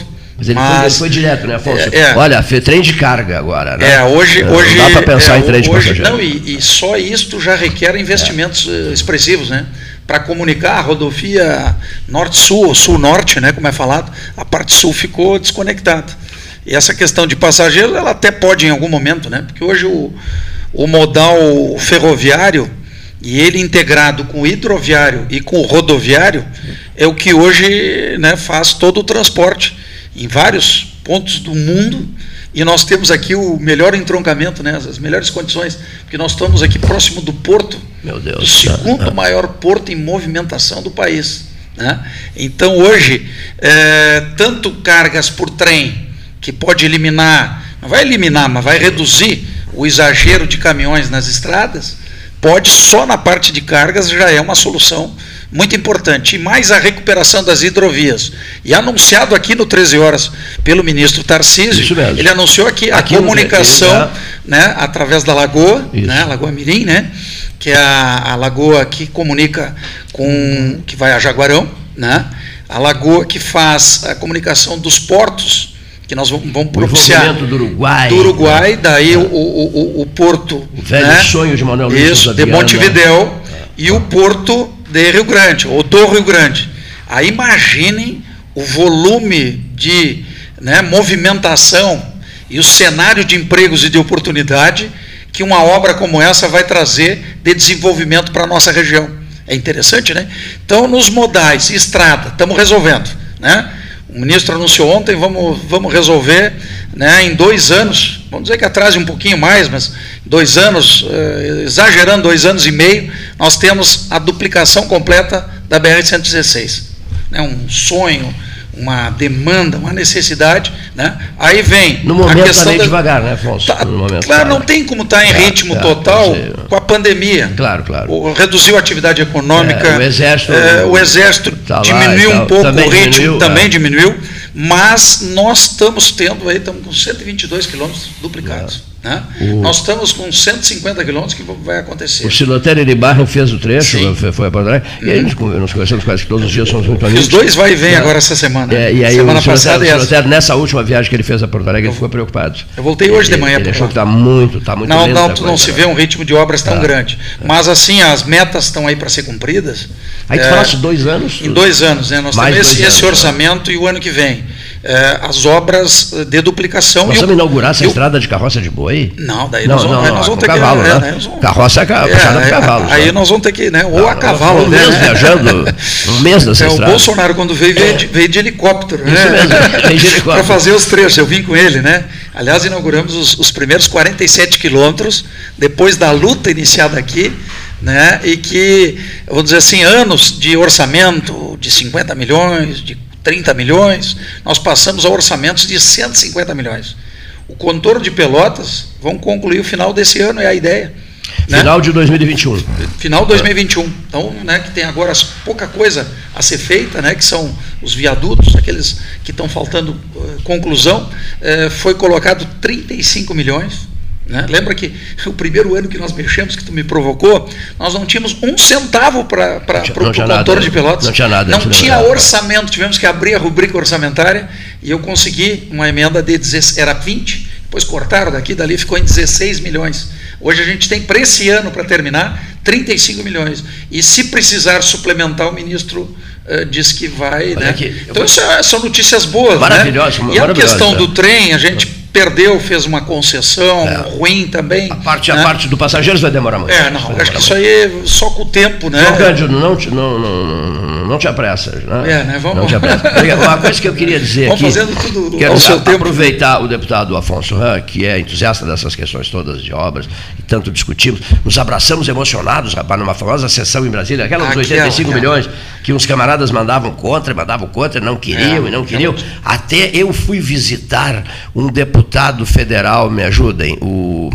Mas ele, Mas, foi, ele foi direto, né, Afonso? É, é. Olha, trem de carga agora, né? É, hoje... É, hoje dá para pensar é, em trem de hoje, passageiro. Não, e, e só isto já requer investimentos é. expressivos, né? Para comunicar a rodovia norte-sul, ou sul-norte, né, como é falado, a parte sul ficou desconectada. E essa questão de passageiro, ela até pode em algum momento, né? Porque hoje o, o modal ferroviário, e ele integrado com o hidroviário e com o rodoviário, é o que hoje, né, faz todo o transporte em vários pontos do mundo, e nós temos aqui o melhor entroncamento, né, as melhores condições, porque nós estamos aqui próximo do porto, Meu Deus. do segundo maior porto em movimentação do país, né? Então hoje, é, tanto cargas por trem, que pode eliminar, não vai eliminar, mas vai reduzir o exagero de caminhões nas estradas, pode, só na parte de cargas já é uma solução muito importante. E mais a recuperação das hidrovias. E anunciado aqui no treze horas pelo ministro Tarcísio, ele anunciou aqui a aqui comunicação, né, através da Lagoa, né, Lagoa Mirim, né, que é a, a lagoa que comunica com, que vai a Jaguarão, né, a lagoa que faz a comunicação dos portos, que nós vamos, vamos propiciar o do Uruguai, do Uruguai, daí é. o, o, o, o porto, o velho né, sonho de Manuel Luiz isso, de Montevidéu, é. e o porto de Rio Grande, ou do Rio Grande. Aí imaginem o volume de, né, movimentação e o cenário de empregos e de oportunidade que uma obra como essa vai trazer de desenvolvimento para a nossa região. É interessante, né? Então, nos modais, estrada, estamos resolvendo, né? O ministro anunciou ontem, vamos, vamos resolver, né, em dois anos, vamos dizer que atrase um pouquinho mais, mas dois anos, eh, exagerando dois anos e meio, nós temos a duplicação completa da B R cento e dezesseis. Né, um sonho, uma demanda, uma necessidade, né? Aí vem no momento a questão tá meio da... devagar, né, Afonso? Tá, no momento, claro, tá, não tem como estar tá em é, ritmo é, total é, com a pandemia. Claro, claro. O, reduziu a atividade econômica. É, o exército, é, o exército tá diminuiu lá, um pouco o ritmo, diminuiu, também é. diminuiu, mas nós estamos tendo aí, estamos com cento e vinte e dois quilômetros duplicados. É. Né? O... Nós estamos com cento e cinquenta quilômetros que vai acontecer. O Silotério Iribarren fez o trecho, foi, foi a Porto Alegre, hum. e aí nós conversamos quase que todos os dias, somos muito amigos. Os dois vai e vem é. agora essa semana. É, e aí semana o passada Silotério, nessa última viagem que ele fez a Porto Alegre, ele ficou preocupado. Eu voltei hoje ele, de manhã. Ele achou que está muito, está muito Não, não, não se vê um ritmo de obras tão ah, grande. Ah. Mas assim, as metas estão aí para ser cumpridas. Aí tu é, falaste dois anos? Em dois anos, né? Nós temos esse, anos, esse orçamento né? E o ano que vem. É, as obras de duplicação. Nós e vamos o, inaugurar essa eu, estrada de carroça de boi? Não, daí não, nós vamos, não, não, nós vamos ter cavalo, que... Né? É, né? Vamos, carroça é puxada é, por cavalo. Aí né? nós vamos ter que... Né? Ou não, a cavalo. Um né? mês viajando, um mês nessa é, estrada. O Bolsonaro, quando veio, veio de, veio de helicóptero. Isso né? mesmo, veio de helicóptero. Para fazer os trechos, eu vim com ele, né? Aliás, inauguramos os, os primeiros quarenta e sete quilômetros, depois da luta iniciada aqui, né? E que, vamos dizer assim, anos de orçamento de cinquenta milhões, de trinta milhões, nós passamos a orçamentos de cento e cinquenta milhões. O contorno de Pelotas, vamos concluir o final desse ano, é a ideia. Final né? de dois mil e vinte e um. Final de dois mil e vinte e um. Então, né, que tem agora pouca coisa a ser feita, né, que são os viadutos, aqueles que estão faltando uh, conclusão, uh, foi colocado trinta e cinco milhões. Né? Lembra que o primeiro ano que nós mexemos, que tu me provocou, nós não tínhamos um centavo para o contorno de Pelotas. Não tinha nada. Não tinha orçamento, tivemos que abrir a rubrica orçamentária e eu consegui uma emenda de dezesseis, era vinte, depois cortaram daqui, dali ficou em dezesseis milhões. Hoje a gente tem para esse ano, para terminar, trinta e cinco milhões. E se precisar suplementar, o ministro uh, diz que vai. Né? Aqui, então vou... isso é, são notícias boas. Maravilhoso. Né? E a questão do trem, a gente perdeu, fez uma concessão é. ruim também. A parte, né? a parte do passageiros vai demorar muito. É, não, acho que isso aí é só com o tempo, né? João Cândido, não, não, não, não te apressas, né? É, né? Vamos... Não te apressas. Uma coisa que eu queria dizer Vamos aqui, fazendo tudo quero ao seu tempo. aproveitar o deputado Afonso Ram, que é entusiasta dessas questões todas de obras, e tanto discutimos, nos abraçamos emocionados, rapaz, numa famosa sessão em Brasília, aquela dos oitenta e cinco milhões, que uns camaradas mandavam contra, mandavam contra, não queriam é, e não queriam. É. Até eu fui visitar um deputado federal, me ajudem, o,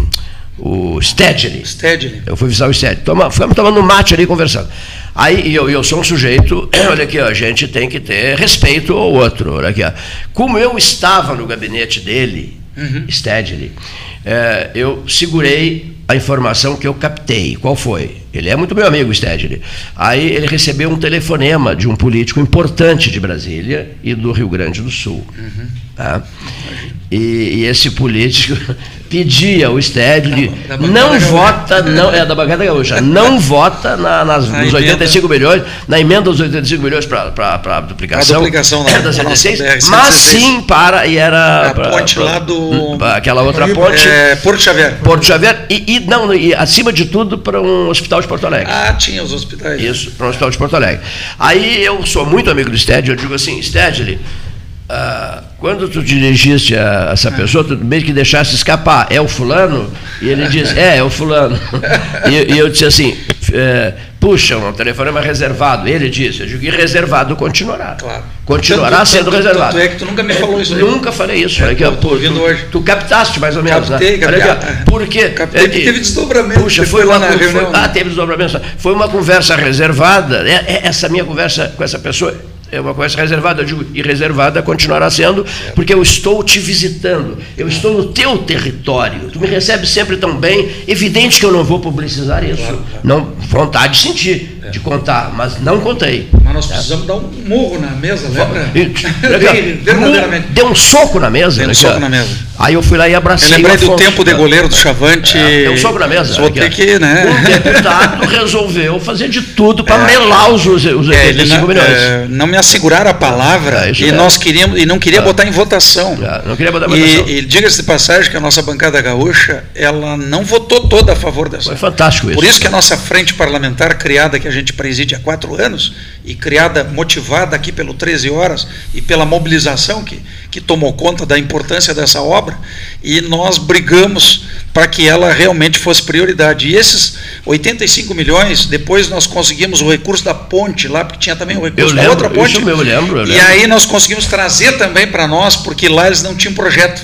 o Stedley. Stedley. Eu fui visitar o Stedley. Toma, ficamos tomando um mate ali conversando. Aí eu, eu sou um sujeito, olha aqui, ó, a gente tem que ter respeito ao outro. Olha aqui, ó. Como eu estava no gabinete dele, uhum. Stedley, é, eu segurei a informação que eu captei. Qual foi? Ele é muito meu amigo, o Stedley. Aí ele recebeu um telefonema de um político importante de Brasília e do Rio Grande do Sul. Uhum. Tá? E, e esse político pedia ao Stedley, da, da não vota, não, é da bancada gaúcha, não vota na, nas, nos oitenta e cinco milhões, na emenda dos oitenta e cinco milhões para a duplicação, a duplicação da, das da nossa B R, mas sim para, e era... A pra, ponte pra, lá do... Aquela outra ponte... É, Porto Xavier. Porto Xavier, e, e, não, e acima de tudo para um hospital de Porto Alegre. Ah, tinha os hospitais. Isso, para um hospital de Porto Alegre. Aí eu sou muito amigo do Stedley, eu digo assim, Stedley, ah, quando tu dirigiste a essa pessoa, tu meio que deixasse escapar, é o fulano? E ele diz, é, é o fulano. E, e eu disse assim, é, puxa, um telefonema reservado. Ele disse, eu digo, e reservado continuará. Claro. Continuará tanto, sendo tanto, reservado. Tanto é que tu nunca me falou isso aí. Nunca falei isso. É, aqui, tô, pô, tô tu, hoje. Tu captaste mais ou menos, captei, né? Captei, aqui, Por quê? Captei, é, teve desdobramento. Puxa, foi uma, na foi, reunião. Ah, teve desdobramento. Foi uma conversa reservada. É, é, essa minha conversa com essa pessoa... É uma conversa reservada, eu digo, e reservada continuará sendo, porque eu estou te visitando, eu estou no teu território, tu me recebes sempre tão bem, evidente que eu não vou publicizar isso, claro, claro. Não, vontade de sentir, é. de contar, mas não contei. Mas nós precisamos é. dar um murro na mesa, lembra? Verdadeiramente. Deu um soco na mesa. Deu um soco na mesa. Aí eu fui lá e abracei. Eu lembrei do tempo de goleiro do Chavante. É, deu um soco na mesa. Vou ter que, né? O deputado resolveu fazer de tudo para é. melar os, os oitenta e cinco milhões. É, não me asseguraram a palavra é, e, nós queríamos, e não queria é. botar em votação. É, não queria botar em votação. E, e diga-se de passagem que a nossa bancada gaúcha, ela não votou toda a favor dessa. Foi fantástico isso. Por isso que a nossa frente parlamentar, criada, que a gente preside há quatro anos, e criada, motivada aqui pelo treze horas e pela mobilização que, que tomou conta da importância dessa obra, e nós brigamos para que ela realmente fosse prioridade. E esses oitenta e cinco milhões, depois nós conseguimos o recurso da ponte lá, porque tinha também o recurso eu da lembro, outra ponte. Isso eu lembro, eu lembro. E aí nós conseguimos trazer também para nós, porque lá eles não tinham projeto.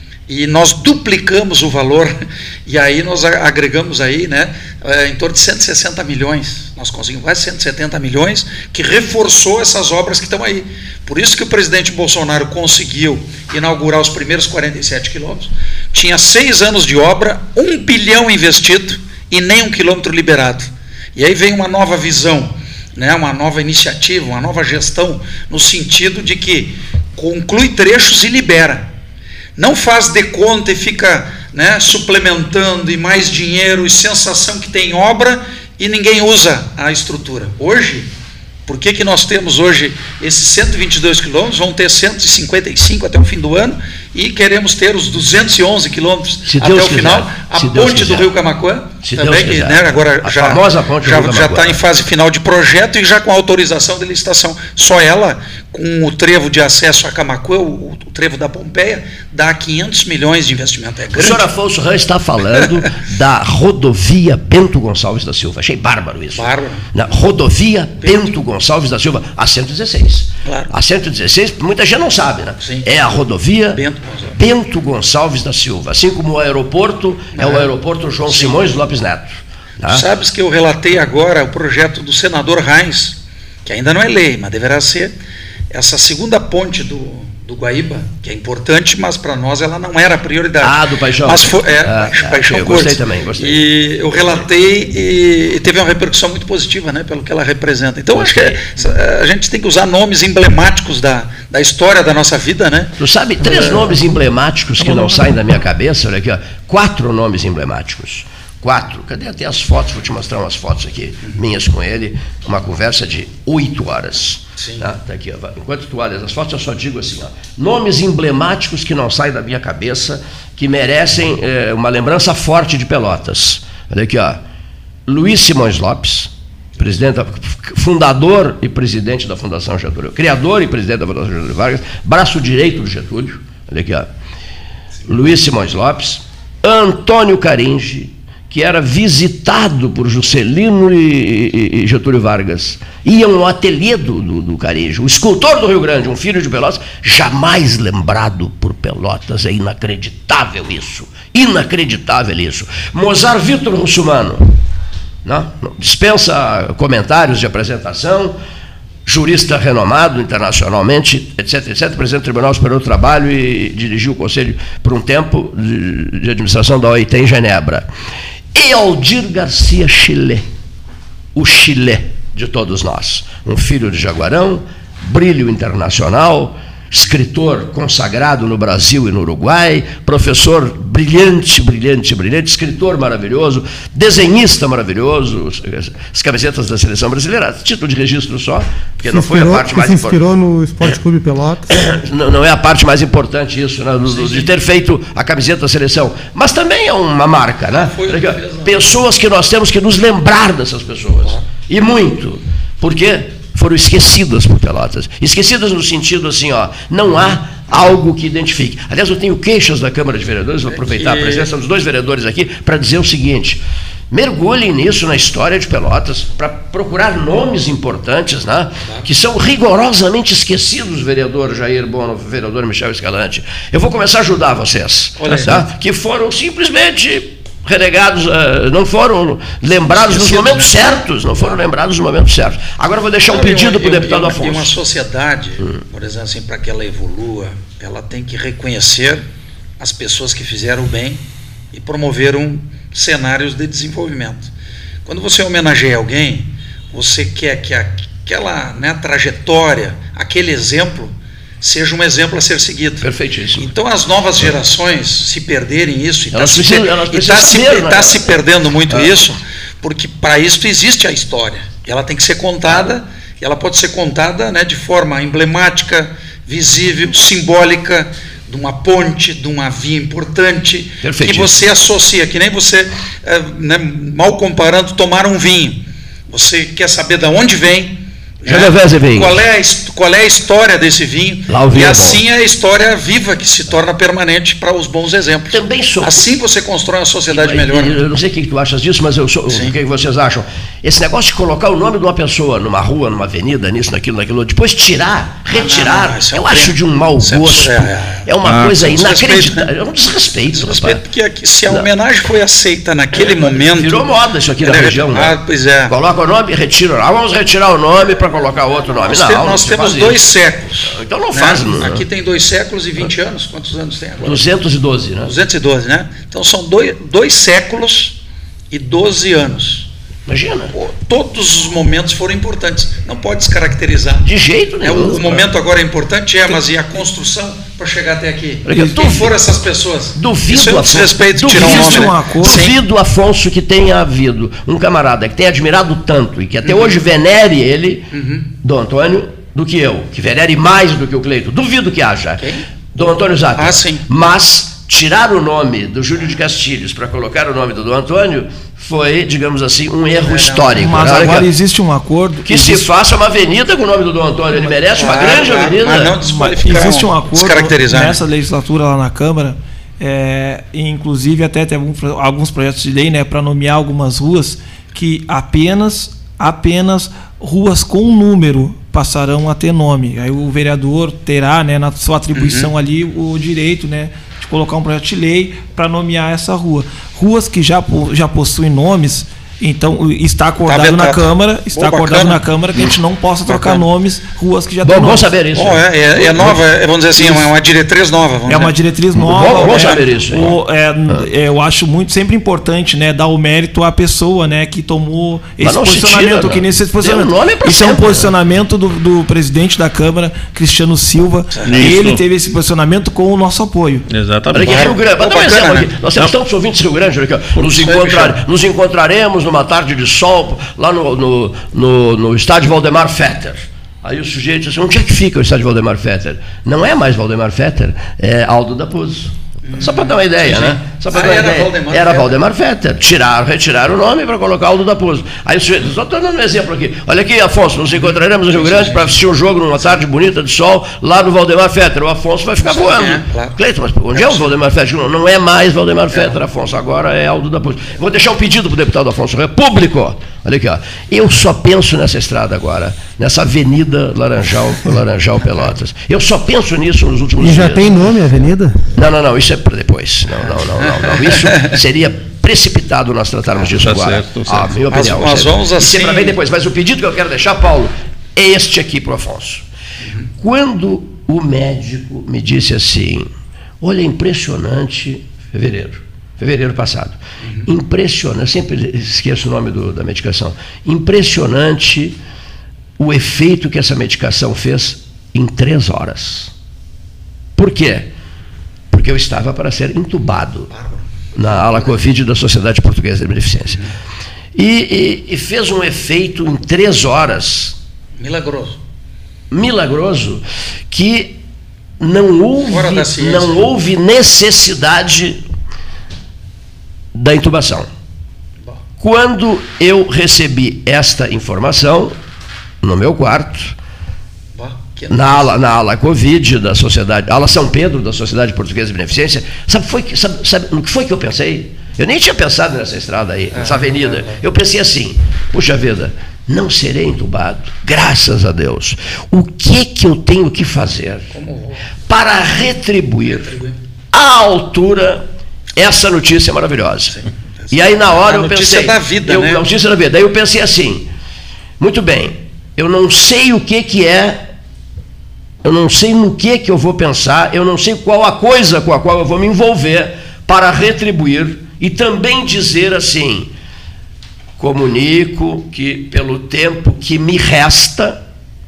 E nós duplicamos o valor, e aí nós agregamos aí, né, em torno de cento e sessenta milhões. Nós conseguimos quase cento e setenta milhões, que reforçou essas obras que estão aí. Por isso que o presidente Bolsonaro conseguiu inaugurar os primeiros quarenta e sete quilômetros. Tinha seis anos de obra, um bilhão investido e nem um quilômetro liberado. E aí vem uma nova visão, né, uma nova iniciativa, uma nova gestão, no sentido de que conclui trechos e libera. Não faz de conta e fica, né, suplementando e mais dinheiro e sensação que tem obra e ninguém usa a estrutura. Hoje, por que que nós temos hoje esses cento e vinte e dois quilômetros, vão ter cento e cinquenta e cinco até o fim do ano, e queremos ter os duzentos e onze quilômetros até o final, a ponte do Rio Camaquã, também, que, né, agora já já está em fase final de projeto e já com autorização de licitação. Só ela, com o trevo de acesso a Camaquã, o, o trevo da Pompeia, dá quinhentos milhões de investimento. É grande. O senhor Afonso Ram está falando da rodovia Bento Gonçalves da Silva. Achei bárbaro isso. Bárbaro. Na rodovia Bento, Bento Gonçalves da Silva, a cento e dezesseis. Claro. A cento e dezesseis, muita gente não sabe, né? Sim. É a rodovia Bento Gonçalves. Bento Gonçalves da Silva. Assim como o aeroporto ah, é o aeroporto João sim. Simões Lopes Neto. Tá? Sabes que eu relatei agora o projeto do senador Reins, que ainda não é lei, mas deverá ser, essa segunda ponte do, do Guaíba, que é importante, mas para nós ela não era a prioridade. Ah, do Paixão. Mas foi, é, ah, Paixão eu Cortes. gostei também, gostei. E eu relatei e, e teve uma repercussão muito positiva, né, pelo que ela representa. Então, gostei. Acho que a gente tem que usar nomes emblemáticos da, da história da nossa vida, né? Tu sabe, três é, nomes emblemáticos que não saem da minha cabeça, olha aqui, ó, quatro nomes emblemáticos. Quatro, cadê até as fotos? Vou te mostrar umas fotos aqui, minhas com ele, uma conversa de oito horas. Sim. Tá? Tá aqui, ó. Enquanto tu olhas as fotos, eu só digo assim, ó, nomes emblemáticos que não saem da minha cabeça, que merecem é, uma lembrança forte de Pelotas. Olha aqui, ó, Luiz Simões Lopes, presidente, fundador e presidente da Fundação Getúlio, criador e presidente da Fundação Getúlio Vargas, braço direito do Getúlio, olha aqui, ó, Luiz Simões Lopes, Antônio Caringe, que era visitado por Juscelino e, e, e Getúlio Vargas. Iam ao ateliê do, do, do Caringe. O escultor do Rio Grande, um filho de Pelotas, jamais lembrado por Pelotas. É inacreditável isso. Inacreditável isso. Mozart Vitor Russumano, não? Dispensa comentários de apresentação, jurista renomado internacionalmente, etc, etc, presidente do Tribunal Superior do Trabalho e dirigiu o conselho por um tempo de, de administração da O I T em Genebra. E Aldir Garcia Chile, o Chile de todos nós. Um filho de Jaguarão, brilho internacional, escritor consagrado no Brasil e no Uruguai, professor brilhante, brilhante, brilhante, escritor maravilhoso, desenhista maravilhoso, as camisetas da seleção brasileira, título de registro só, porque se não foi inspirou, a parte mais importante. Se inspirou no Esporte Clube Pelotas. Não, não é a parte mais importante isso, né, sim, de ter feito a camiseta da seleção, mas também é uma marca, né? Pessoas que nós temos que nos lembrar dessas pessoas, e muito, porque foram esquecidas por Pelotas. Esquecidas no sentido assim, ó, não há algo que identifique. Aliás, eu tenho queixas da Câmara de Vereadores, vou aproveitar a presença dos dois vereadores aqui para dizer o seguinte: mergulhem nisso, na história de Pelotas, para procurar nomes importantes, né, que são rigorosamente esquecidos, vereador Jair Bono, vereador Michel Escalante. Eu vou começar a ajudar vocês, tá? Que foram simplesmente renegados, não foram lembrados nos momentos certos, não foram lembrados nos momentos certos. Agora eu vou deixar um pedido para o deputado Afonso. E uma sociedade, por exemplo, assim, para que ela evolua, ela tem que reconhecer as pessoas que fizeram o bem e promoveram cenários de desenvolvimento. Quando você homenageia alguém, você quer que aquela, né, trajetória, aquele exemplo, seja um exemplo a ser seguido. Perfeitíssimo. Então as novas gerações se perderem isso, e está se, per tá se, ser, tá se perdendo muito ah. isso, porque para isso existe a história. Ela tem que ser contada, e ela pode ser contada, né, de forma emblemática, visível, simbólica, de uma ponte, de uma via importante, que você associa, que nem você, né, mal comparando, tomar um vinho. Você quer saber de onde vem, né? Qual é, a, qual é a história desse vinho, e assim é a história viva que se torna permanente para os bons exemplos. Também sou. Assim você constrói uma sociedade melhor. Eu não sei o que tu achas disso, mas eu sou, o que vocês acham? Esse negócio de colocar o nome de uma pessoa numa rua, numa avenida, nisso, naquilo, naquilo, depois tirar, retirar, não, não, não, eu é um acho bem, de um mau gosto. É, é, é uma ah, coisa inacreditável. É um desrespeito. Desrespeito, porque aqui, se a homenagem foi aceita naquele é, momento... Virou moda isso aqui na região. Ah, né? Pois é. Coloca o nome e retira. Ah, vamos retirar o nome para colocar outro nome. Nós, não, tem, não nós temos dois isso. séculos. Então não faz. Né? Aqui tem dois séculos e vinte anos. Quantos anos tem agora? duzentos e doze, né? duzentos e doze, né? Então são dois, dois séculos e doze anos. Imagina. Todos os momentos foram importantes. Não pode descaracterizar. De jeito nenhum. É, o, o momento agora é importante, é, mas e a construção para chegar até aqui? E quem foram essas pessoas? Duvido, Isso é um desrespeito duvido, tirar um nome. Um acordo, duvido, Afonso, que tenha havido um camarada que tenha admirado tanto e que até uhum. hoje venere ele, uhum. Dom Antônio, do que eu, que venere mais do que o Cleito. Duvido que haja. Quem? Dom Antônio Zappi. Ah, sim. Mas tirar o nome do Júlio de Castilhos para colocar o nome do Dom Antônio foi, digamos assim, um erro é, histórico. Mas né? agora existe um acordo... Que existe... se faça uma avenida com o nome do Dom Antônio. Ele merece uma ah, grande ah, avenida. Mas não desqualificar, existe um acordo nessa legislatura lá na Câmara, é, inclusive até tem alguns projetos de lei, né, para nomear algumas ruas, que apenas, apenas ruas com número passarão a ter nome. Aí o vereador terá, né, na sua atribuição uhum. ali o direito, né, de colocar um projeto de lei para nomear essa rua. Ruas que já, já possuem nomes, então está acordado tá na Câmara, está Pô, acordado na Câmara que a gente não possa trocar bacana. nomes, ruas que já Bom, têm vamos saber isso. Bom, é, é, é nova, é, vamos dizer assim, isso. é uma diretriz nova. É uma diretriz nova. Vamos é, saber isso. O, é, é, eu acho muito, sempre importante, né, dar o mérito à pessoa, né, que tomou esse posicionamento, tira, que nesse posicionamento. Nome é Isso sempre, é um posicionamento né? do, do presidente da Câmara, Cristiano Silva. Isso. Ele teve esse posicionamento com o nosso apoio. Exatamente. Aqui, Rio Grande, dar um exemplo aqui. Nós temos tantos ouvintes do Rio Grande, aqui, nos, encontrar, nos encontraremos numa tarde de sol lá no, no, no, no estádio Valdemar Fetter. Aí o sujeito disse, onde é que fica o estádio Valdemar Fetter? Não é mais Valdemar Fetter, é Aldo da Puz. Só para dar uma ideia, sim, sim. né? Só para ah, dar uma era ideia. Valdemar era Fetter. Valdemar Fetter. Tiraram, retiraram o nome para colocar Aldo da Puz. Aí o sujeito, só estou dando um exemplo aqui. Olha aqui, Afonso, nos encontraremos no Rio Grande para assistir um jogo numa tarde bonita de sol lá no Valdemar Fetter. O Afonso vai ficar voando. É, claro. Cleiton, mas onde é o Valdemar Fetter? Não, não é mais Valdemar Fetter, Afonso. Agora é Aldo da Puz. Vou deixar um pedido para o deputado Afonso Repúblico. Olha aqui, ó. Eu só penso nessa estrada agora, nessa Avenida Laranjal, Laranjal Pelotas. Eu só penso nisso nos últimos dias. E já dias. Tem nome a avenida? Não, não, não, isso é para depois. Não, não, não, não, não. Isso seria precipitado nós tratarmos disso tá agora. Certo, tá a minha opinião. Mas, mas vamos assim... Isso é para bem depois. Mas o pedido que eu quero deixar, Paulo, é este aqui para o Afonso. Uhum. Quando o médico me disse assim, olha, impressionante, fevereiro, fevereiro passado. Uhum. Impressionante, eu sempre esqueço o nome do, da medicação. Impressionante o efeito que essa medicação fez em três horas. Por quê? Porque eu estava para ser entubado na ala Covid da Sociedade Portuguesa de Beneficência. E, e, e fez um efeito em três horas. Milagroso. Milagroso, que não houve, não houve necessidade da intubação. Quando eu recebi esta informação, no meu quarto, na ala, na ala Covid da Sociedade, ala São Pedro da Sociedade Portuguesa de Beneficência, sabe, foi, sabe, sabe no que foi que eu pensei? Eu nem tinha pensado nessa estrada aí, nessa avenida. Eu pensei assim, puxa vida, não serei entubado, graças a Deus. O que que eu tenho que fazer para retribuir à altura essa notícia maravilhosa? E aí na hora eu pensei... A notícia da vida, eu, né? A notícia da vida. Daí eu pensei assim, muito bem, eu não sei o que que é, eu não sei no que que eu vou pensar, eu não sei qual a coisa com a qual eu vou me envolver para retribuir e também dizer assim, comunico que pelo tempo que me resta,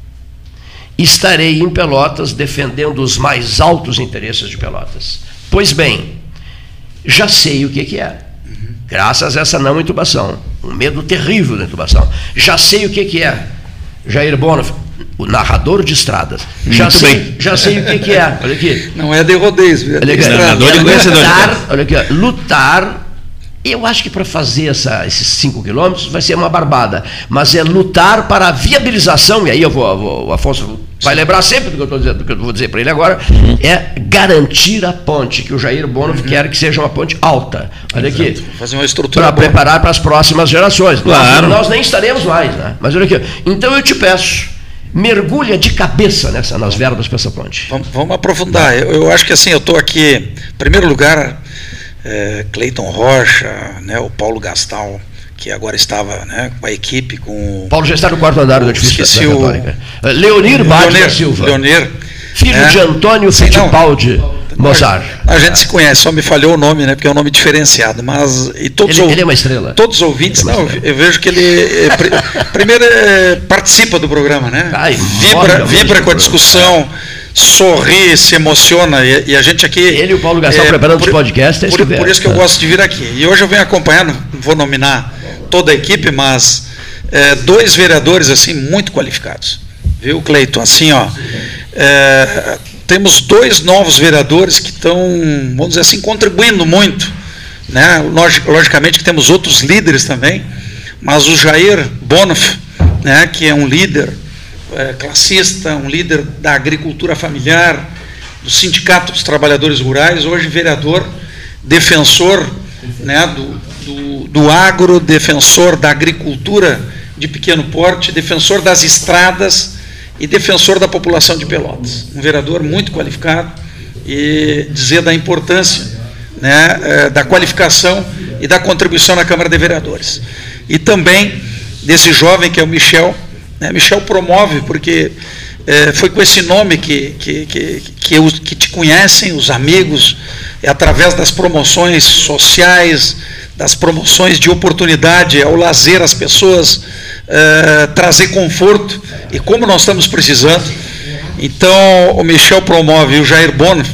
estarei em Pelotas defendendo os mais altos interesses de Pelotas. Pois bem, já sei o que que é, graças a essa não intubação, um medo terrível da intubação. Já sei o que que é, Jair Bonoff, o narrador de estradas. Já Muito sei, bem. já sei o que que é. Olha aqui. Não é de rodeios, é de estrada. Lutar, olha aqui, ó, lutar. Eu acho que para fazer essa, esses cinco quilômetros vai ser uma barbada, mas é lutar para a viabilização, e aí eu vou, vou o Afonso vai lembrar sempre do que eu estou dizendo, do que eu vou dizer para ele agora, uhum. é garantir a ponte, que o Jair Bonoff uhum. quer que seja uma ponte alta. Olha Exato. Aqui. Fazer uma estrutura para preparar para as próximas gerações. Claro. Nós, nós nem estaremos mais, né? Mas olha aqui. Então eu te peço, mergulha de cabeça nessa, nas verbas para essa ponte. Vamos, vamos aprofundar. Eu, eu acho que assim, eu estou aqui, em primeiro lugar, é, Cleiton Rocha, né, o Paulo Gastal, que agora estava, né, com a equipe, com o... Paulo já está no quarto andar do edifício da o, Católica. Leonir Bade da Silva. Leonir. Filho é, de Antônio Fittipaldi Mozart. A gente se conhece, só me falhou o nome, né, porque é um nome diferenciado, mas... E todos ele, ele é uma estrela. Todos os ouvintes, é não, estrela. Eu vejo que ele, é, primeiro, é, participa do programa, né? Ai, vibra vibra com a discussão, sorri, se emociona, e, e a gente aqui... Ele e o Paulo Gastal é, preparando por, os podcasts. Por, por isso que eu gosto de vir aqui. E hoje eu venho acompanhando, não vou nominar toda a equipe, mas é, dois vereadores assim muito qualificados, viu, Cleiton? Assim, ó, é, temos dois novos vereadores que estão, vamos dizer assim, contribuindo muito, né? Logicamente que temos outros líderes também, mas o Jair Bonoff, né, que é um líder é, classista, um líder da agricultura familiar, do Sindicato dos Trabalhadores Rurais, hoje vereador, defensor, né, do Do, do agro, defensor da agricultura de pequeno porte, defensor das estradas e defensor da população de Pelotas. Um vereador muito qualificado, e dizer da importância, né, da qualificação e da contribuição na Câmara de Vereadores. E também desse jovem que é o Michel. Né, Michel promove, porque é, foi com esse nome que, que, que, que, eu, que te conhecem, os amigos, é através das promoções sociais, das promoções de oportunidade ao lazer, às pessoas, uh, trazer conforto, e como nós estamos precisando. Então o Michel promove e o Jair Bonoff,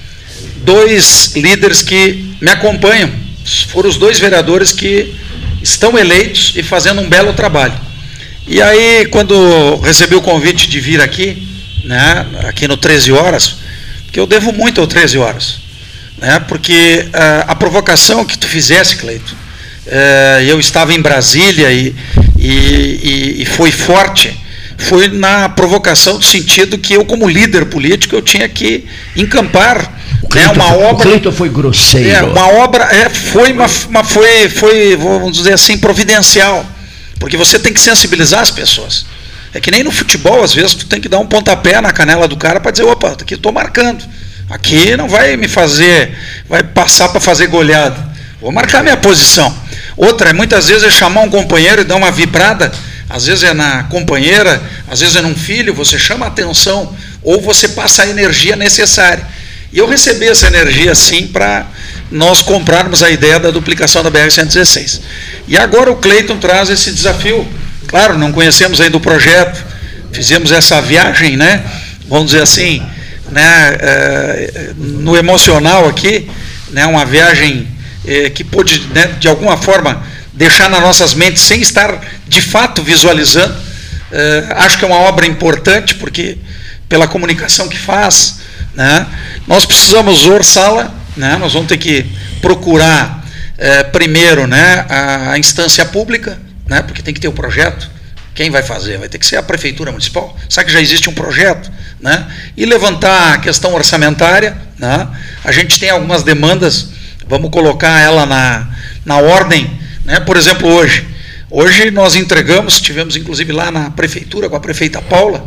dois líderes que me acompanham, foram os dois vereadores que estão eleitos e fazendo um belo trabalho. E aí, quando recebi o convite de vir aqui, né, aqui no treze horas, porque eu devo muito ao treze horas, né, porque uh, a provocação que tu fizesse, Cleiton, uh, eu estava em Brasília e, e, e foi forte, foi na provocação do sentido que eu, como líder político, eu tinha que encampar, né, uma foi, obra... O Cleiton foi grosseiro. É, uma obra, é, foi, uma, uma, foi, foi, vamos dizer assim, providencial, porque você tem que sensibilizar as pessoas. É que nem no futebol, às vezes, tu tem que dar um pontapé na canela do cara para dizer, opa, aqui estou marcando. Aqui não vai me fazer, vai passar para fazer goleada. Vou marcar minha posição. Outra é, muitas vezes, é chamar um companheiro e dar uma vibrada. Às vezes é na companheira, às vezes é num filho, você chama a atenção, ou você passa a energia necessária. E eu recebi essa energia, assim, para, nós comprarmos a ideia da duplicação da B R cento e dezesseis. E agora o Cleiton traz esse desafio. Claro, não conhecemos ainda o projeto, fizemos essa viagem, né, vamos dizer assim, né, é, no emocional aqui, né, uma viagem é, que pôde, né, de alguma forma, deixar nas nossas mentes, sem estar de fato visualizando. É, acho que é uma obra importante, porque pela comunicação que faz, né, nós precisamos orçá-la, né, nós vamos ter que procurar é, primeiro, né, a, a instância pública, né, porque tem que ter o projeto. Quem vai fazer? Vai ter que ser a Prefeitura Municipal. Sabe que já existe um projeto, né? E levantar a questão orçamentária, né? A gente tem algumas demandas, vamos colocar ela na, na ordem, né? Por exemplo, hoje. Hoje nós entregamos, tivemos inclusive lá na Prefeitura, com a Prefeita Paula,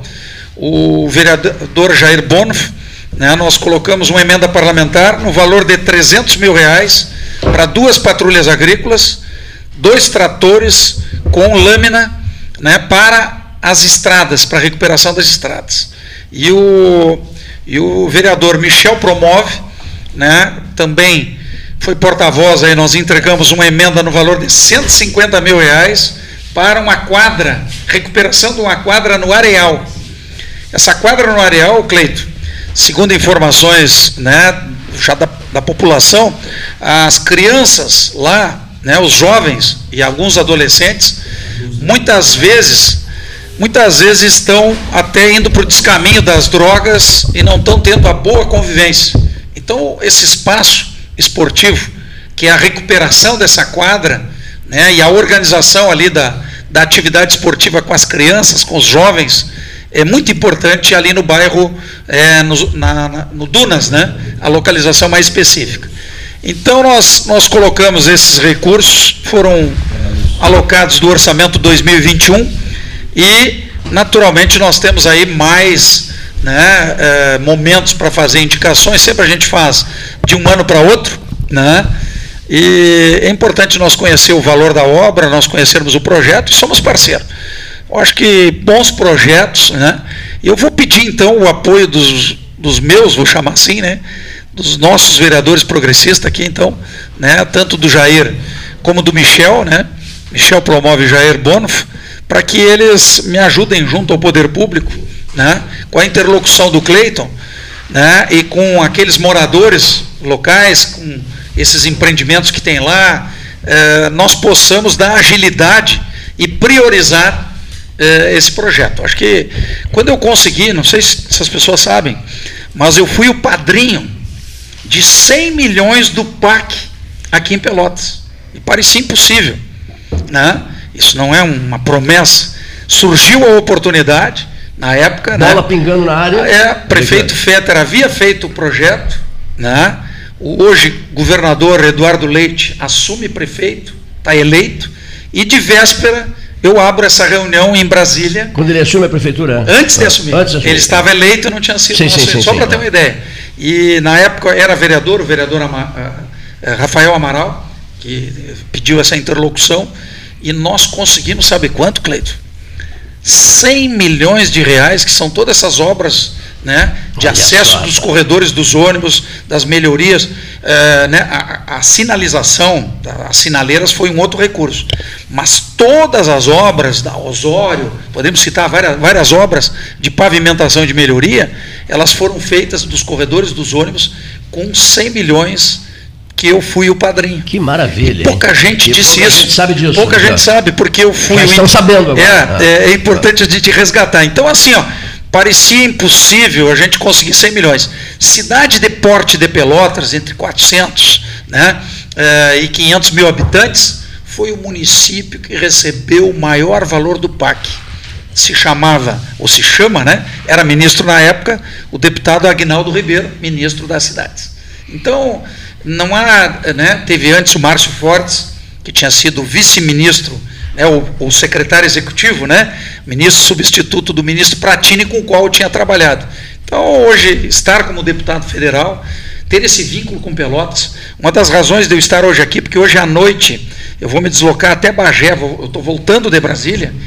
o vereador Jair Bonf, né? Nós colocamos uma emenda parlamentar no valor de trezentos mil reais para duas patrulhas agrícolas, dois tratores com lâmina, né, para as estradas, para a recuperação das estradas. E o, e o vereador Michel Promove, né, também foi porta-voz, aí nós entregamos uma emenda no valor de cento e cinquenta mil reais para uma quadra, recuperação de uma quadra no Areal. Essa quadra no Areal, Cleito, segundo informações, né, já da, da população, as crianças lá, né, os jovens e alguns adolescentes, muitas vezes, muitas vezes estão até indo para o descaminho das drogas e não estão tendo a boa convivência. Então, esse espaço esportivo, que é a recuperação dessa quadra, né, e a organização ali da, da atividade esportiva com as crianças, com os jovens, é muito importante ali no bairro, é, no, na, na, no Dunas, né, a localização mais específica. Então, nós, nós colocamos esses recursos, foram alocados do orçamento dois mil e vinte e um, e naturalmente nós temos aí mais, né, é, momentos para fazer indicações. Sempre a gente faz de um ano para outro, né, e é importante nós conhecer o valor da obra, nós conhecermos o projeto, e somos parceiros. Eu acho que bons projetos, né, e eu vou pedir então o apoio dos, dos meus, vou chamar assim, né, dos nossos vereadores progressistas aqui, então, né, tanto do Jair como do Michel, né, Michel Promove Jair Bonf, para que eles me ajudem junto ao poder público, né, com a interlocução do Cleiton, né, e com aqueles moradores locais, com esses empreendimentos que tem lá, eh, nós possamos dar agilidade e priorizar eh, esse projeto. Acho que quando eu consegui, não sei se, se as pessoas sabem, mas eu fui o padrinho de cem milhões do P A C aqui em Pelotas, e parecia impossível, né? Isso não é uma promessa. Surgiu a oportunidade na época, bola, né, pingando na área. É, prefeito Fetter havia feito o projeto, né? O hoje governador Eduardo Leite assume prefeito, está eleito, e de véspera eu abro essa reunião em Brasília. Quando ele assume a prefeitura? Antes de assumir. Antes de assumir. Ele estava eleito e não tinha sido, sim, sim, sim, só para ter uma ideia. E na época era vereador, o vereador Ama, Rafael Amaral, que pediu essa interlocução, e nós conseguimos, sabe quanto, Cleito? cem milhões de reais, que são todas essas obras, né, de Olha acesso só, dos corredores dos ônibus, das melhorias, é, né, a, a sinalização, as sinaleiras foi um outro recurso, mas todas as obras da Osório, podemos citar várias, várias obras de pavimentação e de melhoria, elas foram feitas dos corredores dos ônibus com cem milhões, que eu fui o padrinho. Que maravilha. E pouca gente e disse pouca isso. Gente sabe disso. Pouca gente sabe, porque eu fui. Já o estão sabendo agora. É, é, é importante a gente resgatar. Então, assim, ó, parecia impossível a gente conseguir cem milhões. Cidade de porte de Pelotas, entre quatrocentos, né, é, e quinhentos mil habitantes, foi o município que recebeu o maior valor do P A C. Se chamava, ou se chama, né? Era ministro na época, o deputado Aguinaldo Ribeiro, ministro das cidades. Então, não há, né, teve antes o Márcio Fortes, que tinha sido vice-ministro, né, o, o secretário executivo, né, ministro substituto do ministro Pratini, com o qual eu tinha trabalhado. Então, hoje, estar como deputado federal, ter esse vínculo com Pelotas, uma das razões de eu estar hoje aqui, porque hoje à noite eu vou me deslocar até Bagé, vou, eu estou voltando de Brasília,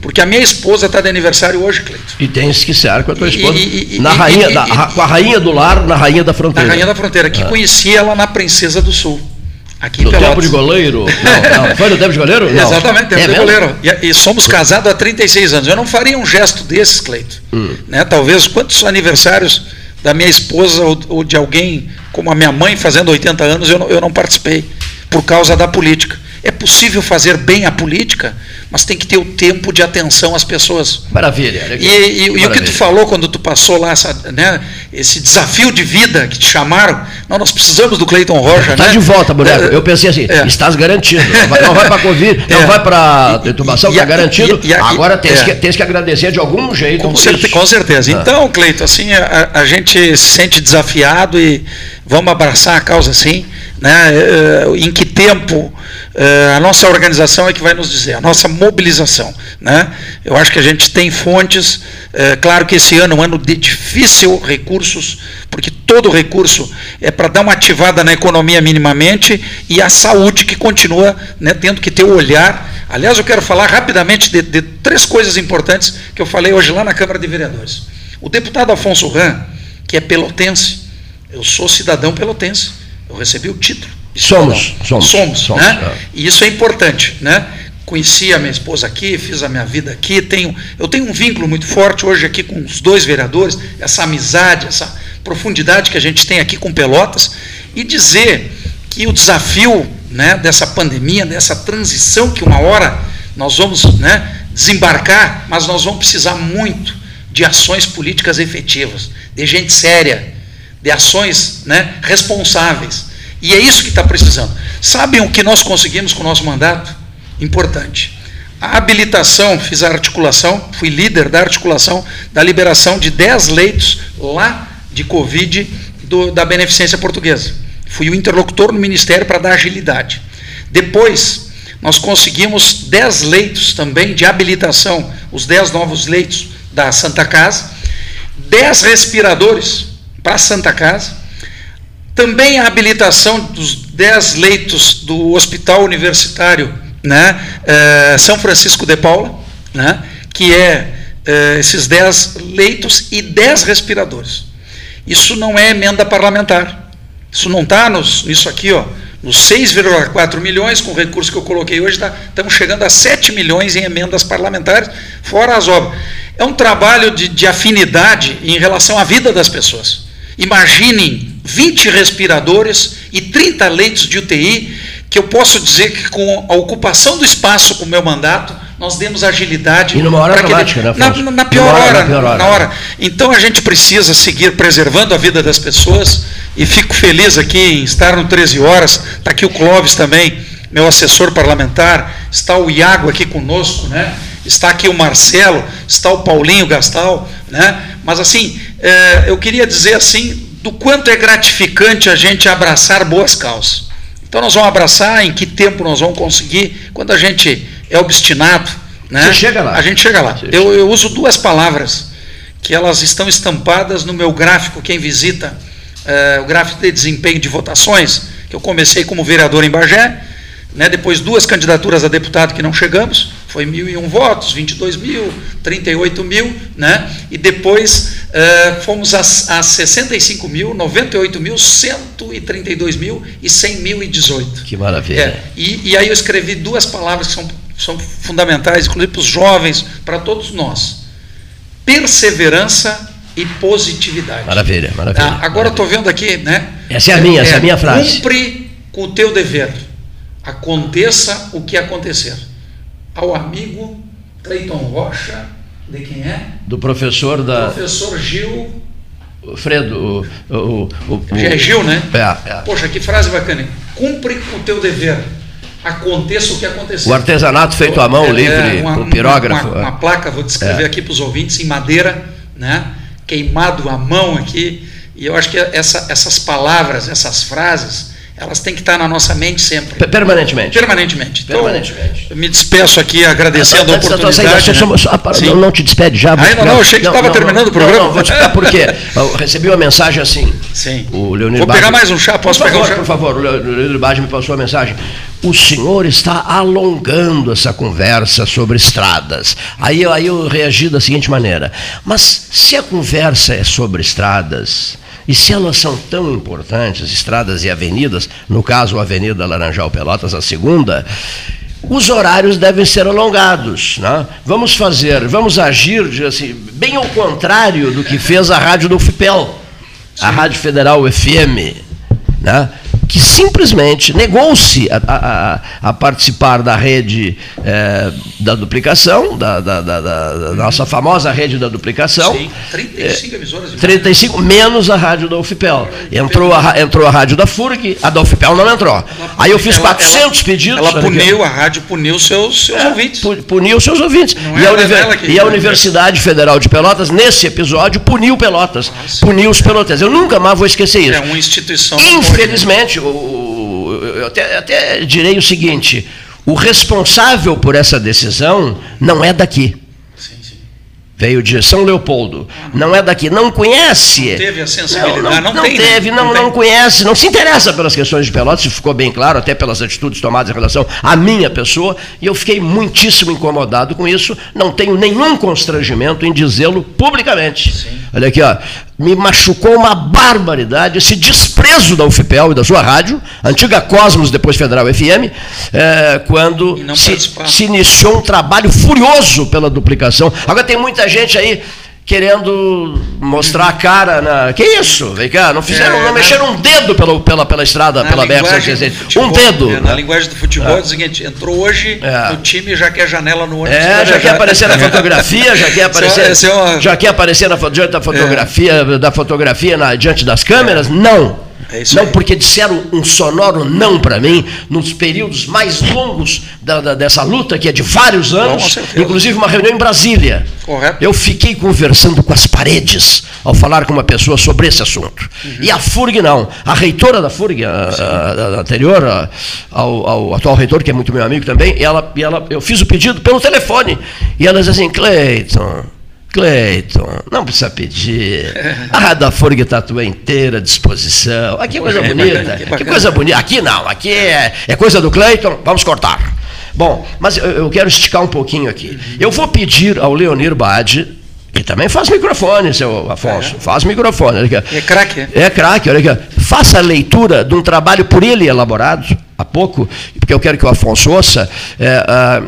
Porque a minha esposa está de aniversário hoje, Cleiton. E tens que ser com a tua esposa. E, e, na e, rainha, e, da, e, com a rainha do lar, na rainha da fronteira. Na rainha da fronteira, que ah. conheci ela na Princesa do Sul. Aqui no em Pelotas. tempo de goleiro? Não, não. Foi no tempo de goleiro? Não. Exatamente, tempo é de mesmo? goleiro. E, e somos casados há trinta e seis anos. Eu não faria um gesto desses, Cleiton. Hum. Né? Talvez quantos aniversários da minha esposa ou, ou de alguém como a minha mãe fazendo oitenta anos eu não, eu não participei por causa da política. É possível fazer bem a política, mas tem que ter o tempo de atenção às pessoas. Maravilha. E, e, e o que tu falou quando tu passou lá, essa, né, esse desafio de vida que te chamaram, não, nós precisamos do Cleiton Rocha. Está né? de volta, boneco. Eu pensei assim, é. estás garantido. Não vai, não vai para a Covid, é. não vai para a intubação, está garantido. E, e, e, Agora tens, é. que, tens que agradecer de algum jeito. Com, certeza, com certeza. Ah. Então, Cleiton, assim, a, a gente se sente desafiado e vamos abraçar a causa sim. Né? Em que tempo a nossa organização é que vai nos dizer, a nossa mobilização. Né? Eu acho que a gente tem fontes, é, claro que esse ano é um ano de difícil recursos, porque todo recurso é para dar uma ativada na economia minimamente e a saúde que continua, né, tendo que ter o olhar. Aliás, eu quero falar rapidamente de, de três coisas importantes que eu falei hoje lá na Câmara de Vereadores. O deputado Afonso Ram, que é pelotense, eu sou cidadão pelotense, eu recebi o título. Somos, somos, somos, somos, né? É. E isso é importante, né? Conheci a minha esposa aqui, fiz a minha vida aqui, tenho, eu tenho um vínculo muito forte hoje aqui com os dois vereadores, essa amizade, essa profundidade que a gente tem aqui com Pelotas, e dizer que o desafio, né, dessa pandemia, dessa transição que uma hora nós vamos, né, desembarcar, mas nós vamos precisar muito de ações políticas efetivas, de gente séria, de ações, né, responsáveis. E é isso que está precisando. Sabem o que nós conseguimos com o nosso mandato? Importante. A habilitação, fiz a articulação, fui líder da articulação da liberação de dez leitos lá de Covid do, da Beneficência Portuguesa. Fui o interlocutor no Ministério para dar agilidade. Depois, nós conseguimos dez leitos também de habilitação, os dez novos leitos da Santa Casa, dez respiradores para a Santa Casa, também a habilitação dos dez leitos do Hospital Universitário, né, eh, São Francisco de Paula, né, que é eh, esses dez leitos e dez respiradores. Isso não é emenda parlamentar. Isso não está nisso aqui, ó, nos seis vírgula quatro milhões, com o recurso que eu coloquei hoje, tá, estamos chegando a sete milhões em emendas parlamentares, fora as obras. É um trabalho de, de afinidade em relação à vida das pessoas. Imaginem vinte respiradores e trinta leitos de U T I, que eu posso dizer que com a ocupação do espaço com o meu mandato, nós demos agilidade. E numa hora dramática, né, na, na, na pior hora, na pior hora. Na hora. Então a gente precisa seguir preservando a vida das pessoas, e fico feliz aqui em estar no treze horas, está aqui o Clóvis também, meu assessor parlamentar, está o Iago aqui conosco, né? Está aqui o Marcelo, está o Paulinho Gastal, né? Mas assim, é, eu queria dizer assim, do quanto é gratificante a gente abraçar boas causas. Então nós vamos abraçar, em que tempo nós vamos conseguir, quando a gente é obstinado, né? Você chega lá. A gente chega lá. Eu, eu uso duas palavras, que elas estão estampadas no meu gráfico, quem visita, é, o gráfico de desempenho de votações, que eu comecei como vereador em Bagé, né, depois duas candidaturas a deputado que não chegamos, foi mil e um votos, vinte e dois mil, trinta e oito mil, né, e depois uh, fomos a, a sessenta e cinco mil, noventa e oito mil, cento e trinta e dois mil e cem mil e dezoito. Que maravilha. É, e, e aí eu escrevi duas palavras que são, são fundamentais, inclusive para os jovens, para todos nós: perseverança e positividade. Maravilha, maravilha. Ah, agora estou vendo aqui, né? Essa é a minha, é, essa é a minha frase. Cumpre com o teu dever, aconteça o que acontecer. Ao amigo Cleiton Rocha, de quem é? Do professor da... Professor Gil... Fredo, o... o, o, o é Gil, né? É, é. Poxa, que frase bacana. Cumpre com o teu dever, aconteça o que acontecer. O artesanato feito à mão, é, livre, uma, o pirógrafo. Uma, uma, uma placa, vou descrever é. aqui para os ouvintes, em madeira, né? Queimado à mão aqui. E eu acho que essa, essas palavras, essas frases, elas têm que estar na nossa mente sempre. Permanentemente. Permanentemente. Então, Permanentemente. eu me despeço aqui agradecendo a oportunidade. Saída, né? somos, não, não te despede já. Ainda não, eu achei que estava terminando não, o programa. Não, não, vou te explicar por quê. Eu recebi uma mensagem assim. Sim. O Leonir vou Bade, pegar mais um chá, posso por pegar favor, um chá? Por favor, o Leonir Bade me passou a mensagem. O senhor está alongando essa conversa sobre estradas. Aí, aí eu reagi da seguinte maneira. Mas se a conversa é sobre estradas... E se elas são tão importantes, estradas e avenidas, no caso a Avenida Laranjal Pelotas, a segunda, os horários devem ser alongados. Né? Vamos fazer, vamos agir assim, bem ao contrário do que fez a rádio do FIPEL, a Rádio Federal F M, né? Que simplesmente negou-se a, a, a participar da rede é, da duplicação, da, da, da, da nossa famosa rede da duplicação. Sim, trinta e cinco emissoras. trinta e cinco, menos a rádio da UFPEL. Entrou a, entrou a rádio da FURG, a da UFPEL não entrou. Aí eu fiz quatrocentos ela, pedidos. Ela puniu, a rádio puniu seus, seus é, ouvintes. Puniu seus ouvintes. Não e a, Univer, que, e a Universidade Federal de Pelotas, nesse episódio, puniu Pelotas. Ah, puniu os pelotenses. Eu nunca mais vou esquecer isso. É uma instituição. Infelizmente, o, o, eu até, até direi o seguinte, o responsável por essa decisão não é daqui. Sim, sim. Veio de São Leopoldo, ah, não. não é daqui, não conhece. Não teve a sensibilidade, não, não, não, não tem, teve, né? não, não, não conhece, não se interessa pelas questões de Pelotas, isso ficou bem claro, até pelas atitudes tomadas em relação à minha pessoa, e eu fiquei muitíssimo incomodado com isso, não tenho nenhum constrangimento em dizê-lo publicamente. Sim. Olha aqui, ó, me machucou uma barbaridade esse desprezo da UFPEL e da sua rádio, antiga Cosmos, depois Federal F M, é, quando se, se iniciou um trabalho furioso pela duplicação. Agora tem muita gente aí querendo mostrar a cara na... Que isso? Vem cá, não fizeram, é, não mexeram um dedo pela, pela, pela estrada, pela B R cento e sessenta. Um dedo. É, na linguagem do futebol é o seguinte, entrou hoje é. no time, já quer janela no ônibus. É, já quer aparecer na fotografia, já quer aparecer, essa é uma... já quer aparecer na, diante da fotografia, é. da fotografia na, diante das câmeras? É. Não. É isso não, aí. Porque disseram um sonoro não para mim, nos períodos mais longos da, da, dessa luta, que é de vários anos, inclusive uma reunião em Brasília. Correto. Eu fiquei conversando com as paredes ao falar com uma pessoa sobre esse assunto. Uhum. E a FURG não. A reitora da FURG, a, a, a anterior a, ao, ao atual reitor, que é muito meu amigo também, ela, e ela, eu fiz o pedido pelo telefone. E ela diz assim, Cleiton... Cleiton, não precisa pedir. A Rádio da FURG está à tua inteira disposição. Aqui é coisa bonita. Que, que coisa bonita. Aqui não, aqui é, é coisa do Cleiton, vamos cortar. Bom, mas eu, eu quero esticar um pouquinho aqui. Eu vou pedir ao Leonir Bade, que também faz microfone, seu Afonso, é. faz microfone. Olha aqui. É craque. É craque, olha aqui. Faça a leitura de um trabalho por ele elaborado, há pouco, porque eu quero que o Afonso ouça, é,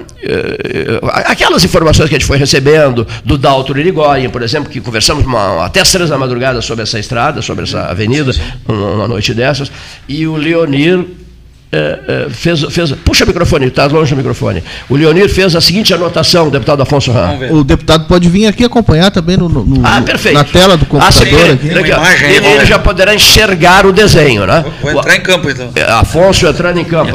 é, aquelas informações que a gente foi recebendo do Dalton Irigoyen, por exemplo, que conversamos uma, até as três da madrugada sobre essa estrada, sobre essa avenida, sim, sim. Uma, uma noite dessas, e o Leonir é, é, fez, fez... Puxa o microfone, está longe do microfone. O Leonir fez a seguinte anotação, o deputado Afonso Ram. O deputado pode vir aqui acompanhar também no, no, ah, perfeito. na tela do computador. Ah, aqui. Aqui, imagem, ele, ele já poderá enxergar o desenho, né? Vou, vou entrar em campo, então. Afonso entrando em campo.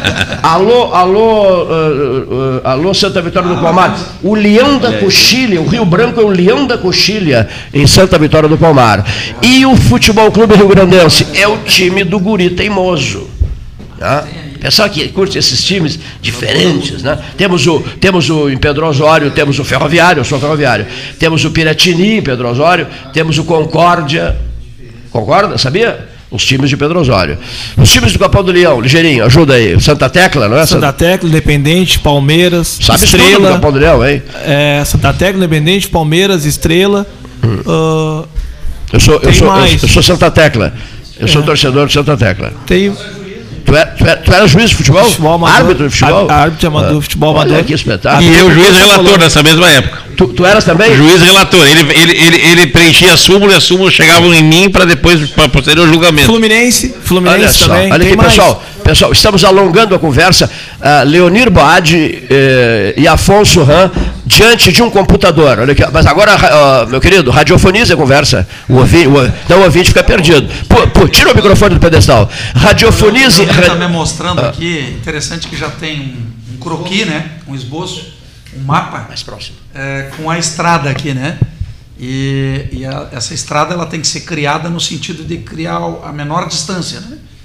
alô, alô, uh, uh, alô, Santa Vitória do Palmar. O Leão da Coxilha, o Rio Branco é o Leão da Coxilha, em Santa Vitória do Palmar. E o Futebol Clube Rio Grandense é o time do Guri Teimoso. Tá? Pessoal que curte esses times diferentes, né? Temos o, temos o em Pedro Osório, temos o Ferroviário, eu sou Ferroviário, temos o Piratini em Pedro Osório, temos o Concórdia, concorda? Sabia? Os times de Pedro Osório. Os times do Capão do Leão, ligeirinho, ajuda aí. Santa Tecla, não é? Santa Tecla, Independente, Palmeiras, Sabe Estrela. Tudo do Capão do Leão, hein? É, Santa Tecla, Independente, Palmeiras, Estrela. Hum. Uh, eu, sou, eu, sou, eu, eu sou Santa Tecla. Eu é. sou torcedor de Santa Tecla. Tem. Tu era, tu, era, tu era juiz de futebol? futebol amador, árbitro de futebol? Árbitro amador, ah, futebol amador. Olha que espetáculo. E eu, juiz relator, falou. Nessa mesma época. Tu, tu eras também? Juiz relator. Ele, ele, ele, ele preenchia a súmula e as súmulas chegavam em mim para depois, para posterior julgamento. Fluminense, Fluminense olha só, também. Olha aqui, pessoal. Pessoal, estamos alongando a conversa. Uh, Leonir Bade eh, e Afonso Ram diante de um computador. Olha aqui, mas agora, uh, meu querido, radiofonize a conversa. O ouvinte, o, não, o ouvinte fica perdido. Pô, pô, tira o microfone do pedestal. Radiofonize. Ele está me mostrando ah. aqui, interessante que já tem um, um croquis, né? Um esboço, um mapa. Mais próximo. É, com a estrada aqui, né? E, e a, essa estrada ela tem que ser criada no sentido de criar a menor distância, né?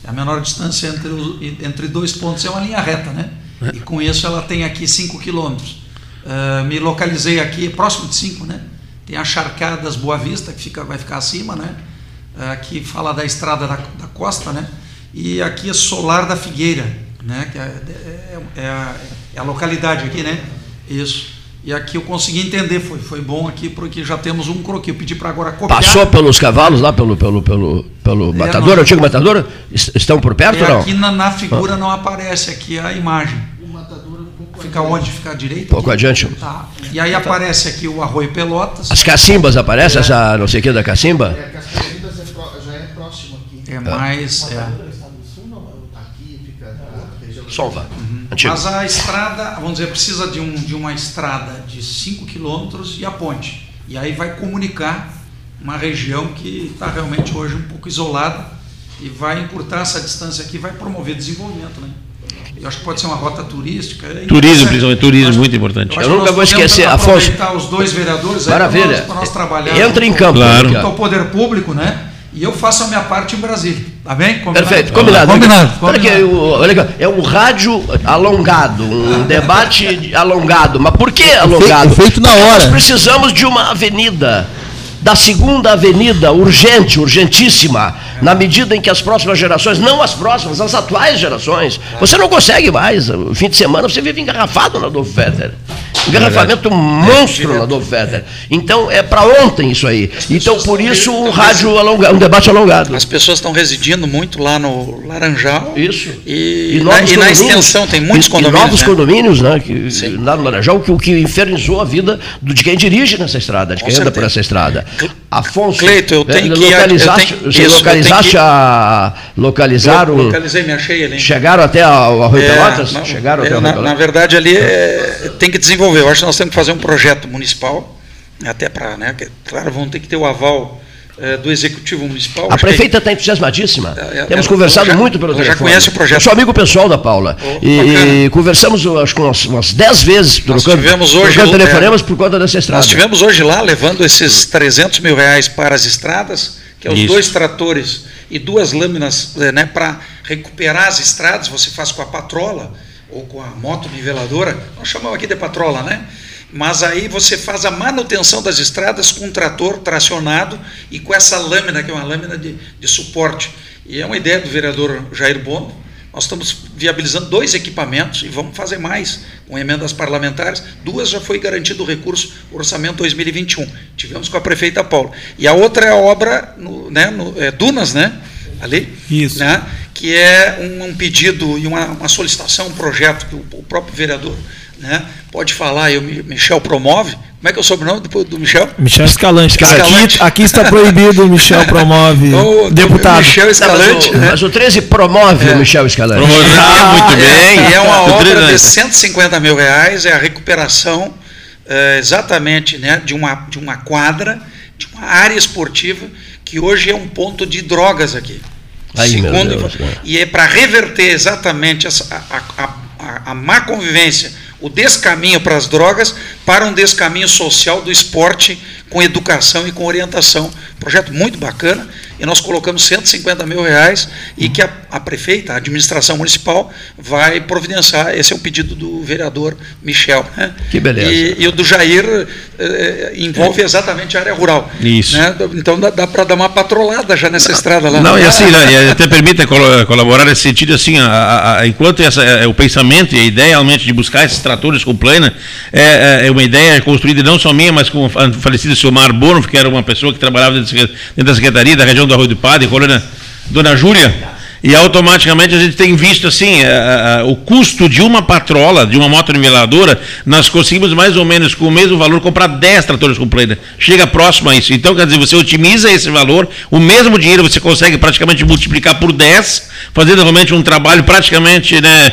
A menor distância entre, os, entre dois pontos é uma linha reta, né? E com isso ela tem aqui cinco quilômetros. Uh, me localizei aqui, próximo de cinco, né? Tem a Charcadas Boa Vista, que fica, vai ficar acima, né? Uh, aqui fala da estrada da, da costa, né? E aqui é Solar da Figueira, né? Que é, é, é, a, é a localidade aqui, né? Isso. E aqui eu consegui entender, foi, foi bom aqui, porque já temos um croquis. Eu pedi para agora copiar. Passou pelos cavalos lá, pelo, pelo, pelo, pelo é, matador, antigo matador? Estão por perto ou não? Aqui na, na figura ah. não aparece aqui a imagem. O matador um pouco Fica adiante. Onde? Fica à direita? Um pouco aqui? Adiante. Tá. E aí aparece aqui o Arroio Pelotas. As cacimbas aparecem, é. essa não sei o que da cacimba? É, que as cacimbas é pro, já é próximo aqui. É mais... O é. matador está no sul, não? Aqui fica na região... Solva. Uhum. Mas a estrada, vamos dizer, precisa de, um, de uma estrada de cinco quilômetros e a ponte. E aí vai comunicar uma região que está realmente hoje um pouco isolada e vai encurtar essa distância aqui, vai promover desenvolvimento, né? Eu acho que pode ser uma rota turística. É turismo, principalmente turismo, acho, muito importante. Eu, eu nunca vou esquecer, Afonso. Os dois vereadores Maravilha. Para nós, nós trabalharmos. Entra em campo. Claro. Junto ao poder público, né? E eu faço a minha parte em Brasília, tá bem? Combinado? Perfeito, combinado. Combinado. Olha aqui, olha, é um rádio alongado, um debate alongado. Mas por que alongado? Feito, feito na hora. Nós precisamos de uma avenida, da segunda avenida, urgente, urgentíssima, é. na medida em que as próximas gerações, não as próximas, as atuais gerações, é. você não consegue mais. No fim de semana você vive engarrafado na Adolfo Fetter. Engarrafamento monstro na Adolfo Fetter. Então, é para ontem isso aí. Então, por isso, um rádio alongado, um debate alongado. As pessoas estão residindo muito lá no Laranjal. Isso. E, e, na, e na extensão, tem muitos e, condomínios. E novos né? condomínios, né? Que, lá no Laranjal, que o que infernizou a vida de quem dirige nessa estrada, de quem anda por essa estrada. Afonso, Cleito, eu tenho que... Localizaste, eu tenho, você isso, localizaste que, a... Localizaram... Localizei, me achei ali. Chegaram até ao Arroio é, Pelotas? Não, chegaram é, até ao na, Arroio Pelotas? Na verdade, ali é, tem que desenvolver. Eu acho que nós temos que fazer um projeto municipal, até para, né, que, claro, vão ter que ter o aval é, do Executivo Municipal. A prefeita está entusiasmadíssima. É, é, ela, Temos conversado já, muito pelo telefone. Já conhece o projeto. Eu sou amigo pessoal da Paula. Oh, e, e conversamos, acho que umas, umas dez vezes, nós trocando, tivemos hoje, trocando telefonemas é, por conta dessa estrada. Nós estivemos hoje lá, levando esses trezentos mil reais para as estradas, que é os Isso. dois tratores e duas lâminas, né, para recuperar as estradas. Você faz com a patrola ou com a moto niveladora, nós chamamos aqui de patrola, né? Mas aí você faz a manutenção das estradas com um trator tracionado e com essa lâmina, que é uma lâmina de, de suporte. E é uma ideia do vereador Jair Bono. Nós estamos viabilizando dois equipamentos e vamos fazer mais com emendas parlamentares. Duas já foi garantido o recurso, o orçamento dois mil e vinte e um. Tivemos com a prefeita Paula. E a outra é a obra, no, né, no, é, Dunas, né? Ali. Isso. Né, que é um, um pedido e uma, uma solicitação, um projeto que o, o próprio vereador, né, pode falar, e o Michel promove. Como é que é o sobrenome do, do Michel? Michel Escalante. Escalante. Aqui, aqui está proibido o Michel promove. O, deputado. Michel Escalante. Não, mas, o, né? mas o treze promove é. o Michel Escalante. Promove ah, muito bem. E é, é uma obra de cento e cinquenta mil reais, é a recuperação é, exatamente, né, de, uma, de uma quadra, de uma área esportiva, que hoje é um ponto de drogas aqui. Aí, Segundo, Deus, né? E é para reverter exatamente essa, a, a, a, a má convivência, o descaminho para as drogas, para um descaminho social do esporte com educação e com orientação. Projeto muito bacana, e nós colocamos cento e cinquenta mil reais e que a, a prefeita, a administração municipal, vai providenciar. Esse é um pedido do vereador Michel. Né? Que beleza. E, e o do Jair eh, envolve exatamente a área rural. Isso. Né? Então dá, dá para dar uma patrolada já nessa não, estrada lá. Não, e assim, né, até permita colaborar nesse sentido, assim, a, a, a, enquanto essa, é, o pensamento e a ideia realmente de buscar esses tratores com plana, é, é uma ideia construída não só minha, mas com o falecido Silmar Bono, que era uma pessoa que trabalhava dentro da Secretaria da região do Arroio do Padre, colônia Dona Júlia, e automaticamente a gente tem visto assim, a, a, o custo de uma patrola, de uma moto niveladora, nós conseguimos mais ou menos com o mesmo valor comprar dez tratores com plana. Chega próximo a isso. Então, quer dizer, você otimiza esse valor, o mesmo dinheiro você consegue praticamente multiplicar por dez, fazendo realmente um trabalho praticamente, né,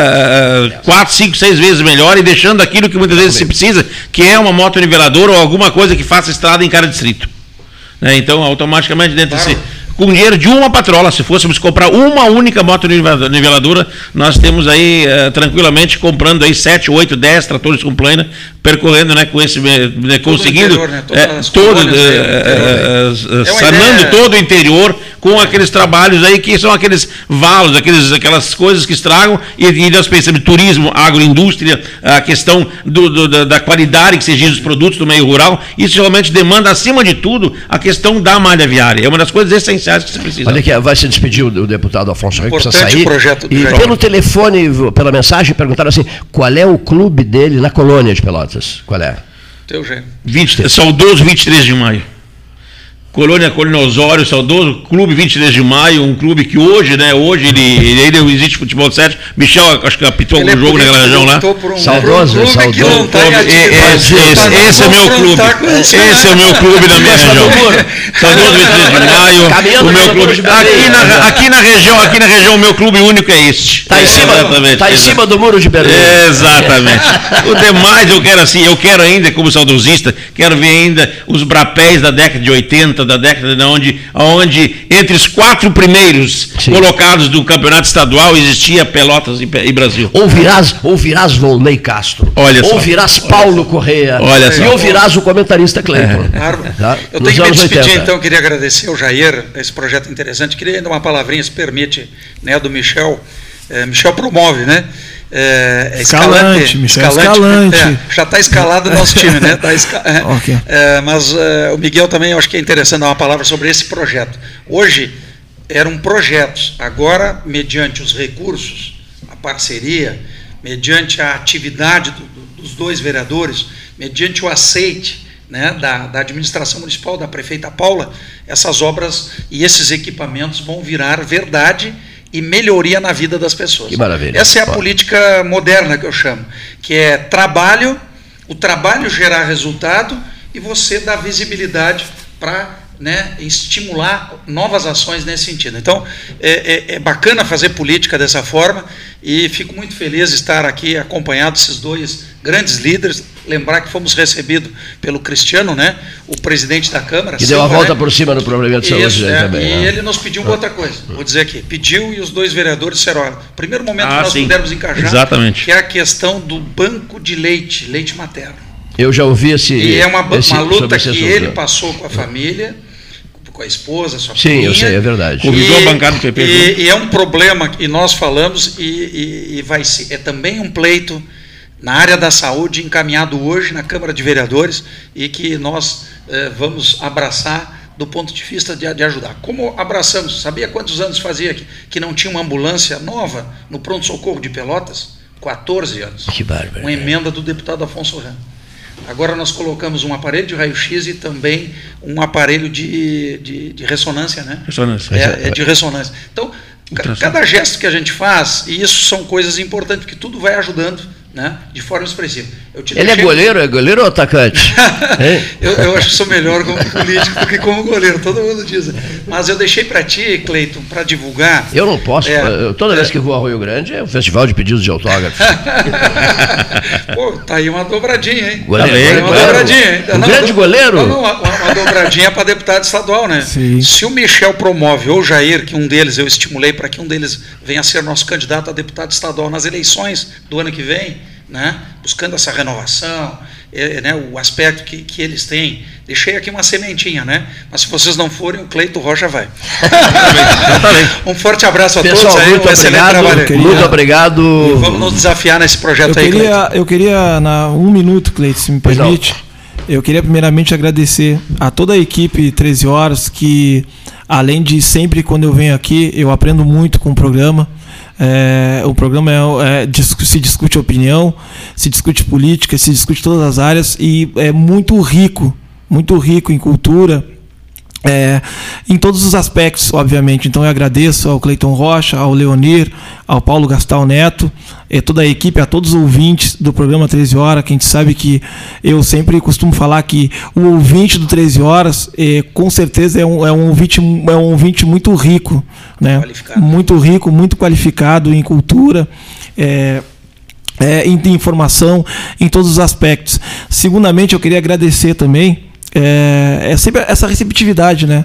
quatro, cinco, seis vezes melhor e deixando aquilo que muitas vezes se precisa, que é uma moto niveladora ou alguma coisa que faça estrada em cada distrito. Né? Então, automaticamente, dentro claro. desse... com dinheiro de uma patrola. Se fôssemos comprar uma única moto niveladora, nós temos aí uh, tranquilamente comprando aí sete, oito, dez tratores com plana, percorrendo, né, com esse, né, conseguindo interior, né? é, todo, uh, uh, sanando ideia... todo o interior com aqueles trabalhos aí que são aqueles valos, aqueles, aquelas coisas que estragam, e, e nós pensamos em turismo, agroindústria, a questão do, do, da, da qualidade que se exige dos produtos do meio rural. Isso realmente demanda, acima de tudo, a questão da malha viária. É uma das coisas essenciais que se precisa. Olha aqui, vai se despedir o deputado Afonso Henrique, precisa sair. Projeto e pelo telefone, pela mensagem, perguntaram assim, qual é o clube dele na colônia de Pelotas? Qual é? Teu Gê. vinte, saudoso vinte e três de maio. Colônia Colina Osório, saudoso Clube vinte e três de maio, um clube que hoje, né, hoje ele, ele ainda existe futebol de sete. Michel, acho que apitou algum jogo naquela região lá. Um saudoso, saudoso. Tá esse, esse, esse é meu clube. Esse é o meu clube da minha região. Saudoso vinte e três de maio, o meu clube. Aqui na, aqui na região, aqui na região, o meu clube único é este. Está em cima, tá em cima do muro de Berlim. Exatamente. O demais eu quero assim, eu quero ainda, como saudosista, quero ver ainda os brapéis da década de oitenta, da década de onde, onde entre os quatro primeiros Sim. colocados do campeonato estadual existia Pelotas e, e Brasil. Ouvirás, ouvirás Volney Castro. Olha só. Ouvirás Paulo Correia. Olha só. E ouvirás o comentarista Cleiton. É. Tá? Eu tenho que me despedir, oitenta. Então, queria agradecer ao Jair, esse projeto interessante. Queria ainda uma palavrinha, se permite, né, do Michel. É, Michel promove, né? É, é escalante, escalante, Michel, escalante. É, já está escalado o nosso time, né? Tá esca... okay. é, mas é, o Miguel também, eu acho que é interessante dar uma palavra sobre esse projeto. Hoje eram projetos, agora, mediante os recursos, a parceria, mediante a atividade do, do, dos dois vereadores, mediante o aceite, né, da, da administração municipal, da prefeita Paula, essas obras e esses equipamentos vão virar verdade e melhoria na vida das pessoas. Que maravilha. Essa é a Pô. política moderna que eu chamo, que é trabalho, o trabalho gerar resultado e você dar visibilidade para, né, estimular novas ações nesse sentido. Então, é, é, é bacana fazer política dessa forma e fico muito feliz de estar aqui acompanhado desses dois grandes líderes. Lembrar que fomos recebidos pelo Cristiano, né, o presidente da Câmara. Que deu a volta, né, por cima no problema de saúde. Isso, é, também. E né? ele nos pediu uma outra coisa, vou dizer aqui. Pediu e os dois vereadores disseram, olha, primeiro momento ah, que nós sim. pudermos encaixar, Exatamente. que é a questão do banco de leite, leite materno. Eu já ouvi esse... E é uma, esse, uma luta que ele passou com a família, com a esposa, sua Sim, filhinha, eu sei, é verdade. Convidou a bancada do P P. E, e é um problema que nós falamos e, e, e vai ser, é também um pleito na área da saúde, encaminhado hoje na Câmara de Vereadores e que nós eh, vamos abraçar do ponto de vista de, de ajudar. Como abraçamos? Sabia quantos anos fazia que, que não tinha uma ambulância nova no pronto-socorro de Pelotas? quatorze anos. Que bárbaro. Uma emenda do deputado Afonso Ram. Agora nós colocamos um aparelho de raio-x e também um aparelho de, de, de ressonância, né? Ressonância. É, é de ressonância. Então, cada gesto que a gente faz, e isso são coisas importantes, porque tudo vai ajudando, né, de forma expressiva. Eu te Ele deixei... é goleiro, é goleiro ou atacante? eu, eu acho que sou melhor como político do que como goleiro, todo mundo diz. Mas eu deixei para ti, Cleiton, para divulgar. Eu não posso, é, eu, toda é, vez que vou ao Rio Grande é um festival de pedidos de autógrafos. Pô, tá aí uma dobradinha, hein? Goleiro, tá aí uma goleiro. dobradinha, hein? Um não, grande não, goleiro? Não, não, uma, uma dobradinha para deputado estadual, né? Sim. Se o Michel promove, ou o Jair, que um deles eu estimulei para que um deles venha a ser nosso candidato a deputado estadual nas eleições do ano que vem, né, buscando essa renovação, é, né, o aspecto que, que eles têm. Deixei aqui uma sementinha, né? Mas se vocês não forem, o Cleiton Rocha vai. Um forte abraço a Pessoal, todos aí, muito um obrigado, trabalho. Queria... Muito obrigado. E vamos nos desafiar nesse projeto eu aí, queria, Cleiton. Eu queria, na um minuto, Cleiton, se me permite, eu queria primeiramente agradecer a toda a equipe treze horas, que além de sempre, quando eu venho aqui, eu aprendo muito com o programa. É, o programa é, é, se discute opinião, se discute política, se discute todas as áreas e é muito rico, muito rico em cultura, é, em todos os aspectos, obviamente. Então eu agradeço ao Cleiton Rocha, ao Leonir, ao Paulo Gastal Neto, é, toda a equipe, a todos os ouvintes do programa treze horas, que a gente sabe que eu sempre costumo falar que o ouvinte do treze horas, é, com certeza é um, é, um ouvinte, é um ouvinte muito rico, né? Muito rico, muito qualificado em cultura, é, é, em informação, em todos os aspectos. Segundamente, eu queria agradecer também É, é sempre essa receptividade, né?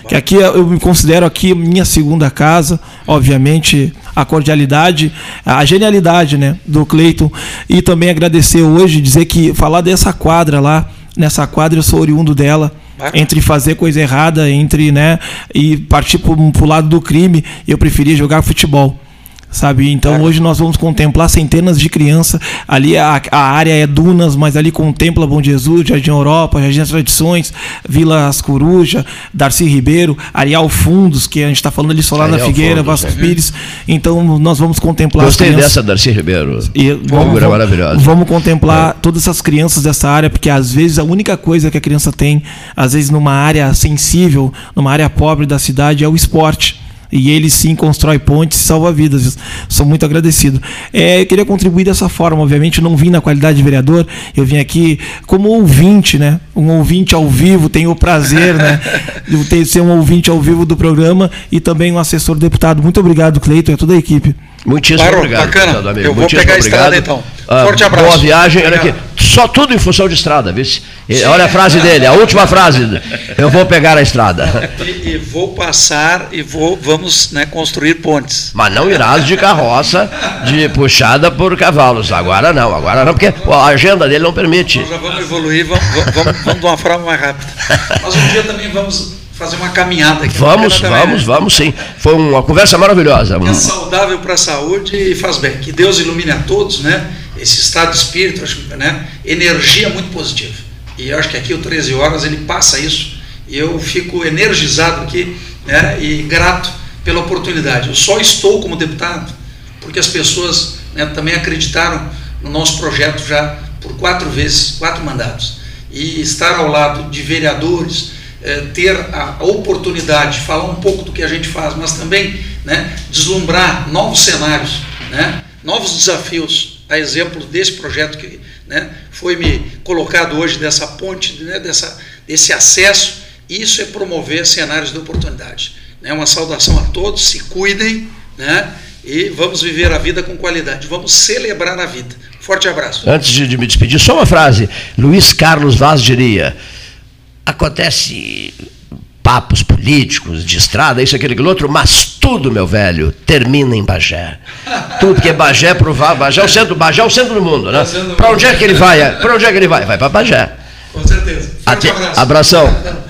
que aqui eu me considero aqui minha segunda casa, obviamente a cordialidade, a genialidade, né, do Cleiton, e também agradecer hoje, dizer que falar dessa quadra lá, nessa quadra eu sou oriundo dela, entre fazer coisa errada, entre, né, e partir para o lado do crime, eu preferia jogar futebol. Sabe? Então é. Hoje nós vamos contemplar centenas de crianças. Ali a, a área é dunas, mas ali contempla Bom Jesus, Jardim Europa, Jardim das Tradições, Vila As Coruja, Darcy Ribeiro, Areal Fundos, que a gente está falando ali só lá na Figueira, Fundos, Vasco é. Pires. Então nós vamos contemplar. Gostei dessa, Darcy Ribeiro. E vamos, vamos, vamos contemplar é. todas essas crianças dessa área, porque às vezes a única coisa que a criança tem, às vezes numa área sensível, numa área pobre da cidade, é o esporte. E ele sim constrói pontes e salva vidas. Sou muito agradecido. É, eu queria contribuir dessa forma, obviamente, não vim na qualidade de vereador, eu vim aqui como ouvinte, né? Um ouvinte ao vivo, tenho o prazer, né, de ser um ouvinte ao vivo do programa e também um assessor deputado. Muito obrigado, Cleiton, e a toda a equipe. Muitíssimo claro, obrigado. Bacana. Deputado, amigo. Eu vou Muitíssimo pegar a obrigado. estrada então. Ah, Forte abraço. Boa viagem. Olha aqui. Só tudo em função de estrada, viu? Olha a frase dele, a última frase. Eu vou pegar a estrada. E, e vou passar e vou, vamos, né, construir pontes. Mas não irás de carroça de puxada por cavalos. Agora não, agora não, porque a agenda dele não permite. Nós já vamos evoluir, vamos, vamos, vamos de uma forma mais rápida. Mas um dia também vamos fazer uma caminhada aqui. Vamos, vamos, vamos sim. Foi uma conversa maravilhosa. É saudável para a saúde e faz bem. Que Deus ilumine a todos, né? Esse estado de espírito, né? Energia muito positiva. E eu acho que aqui o treze horas ele passa isso. E eu fico energizado aqui, né? E grato pela oportunidade. Eu só estou como deputado porque as pessoas, né, também acreditaram no nosso projeto já por quatro vezes, quatro mandatos. E estar ao lado de vereadores, É, ter a, a oportunidade de falar um pouco do que a gente faz, mas também, né, deslumbrar novos cenários, né, novos desafios, a exemplo desse projeto que, né, foi me colocado hoje, dessa ponte, né, dessa, desse acesso. Isso é promover cenários de oportunidade. Né, uma saudação a todos, se cuidem, né, e vamos viver a vida com qualidade, vamos celebrar a vida. Forte abraço. Antes de, de me despedir, só uma frase. Luiz Carlos Vaz diria: acontece papos políticos, de estrada, isso, aquele, aquele outro, mas tudo, meu velho, termina em Bagé. Tudo, porque Bagé é provar, Bagé é o centro, Bagé é o centro do mundo, né? Para onde é que ele vai? Para onde é que ele vai? Vai para Bagé. Com certeza. Até, abração.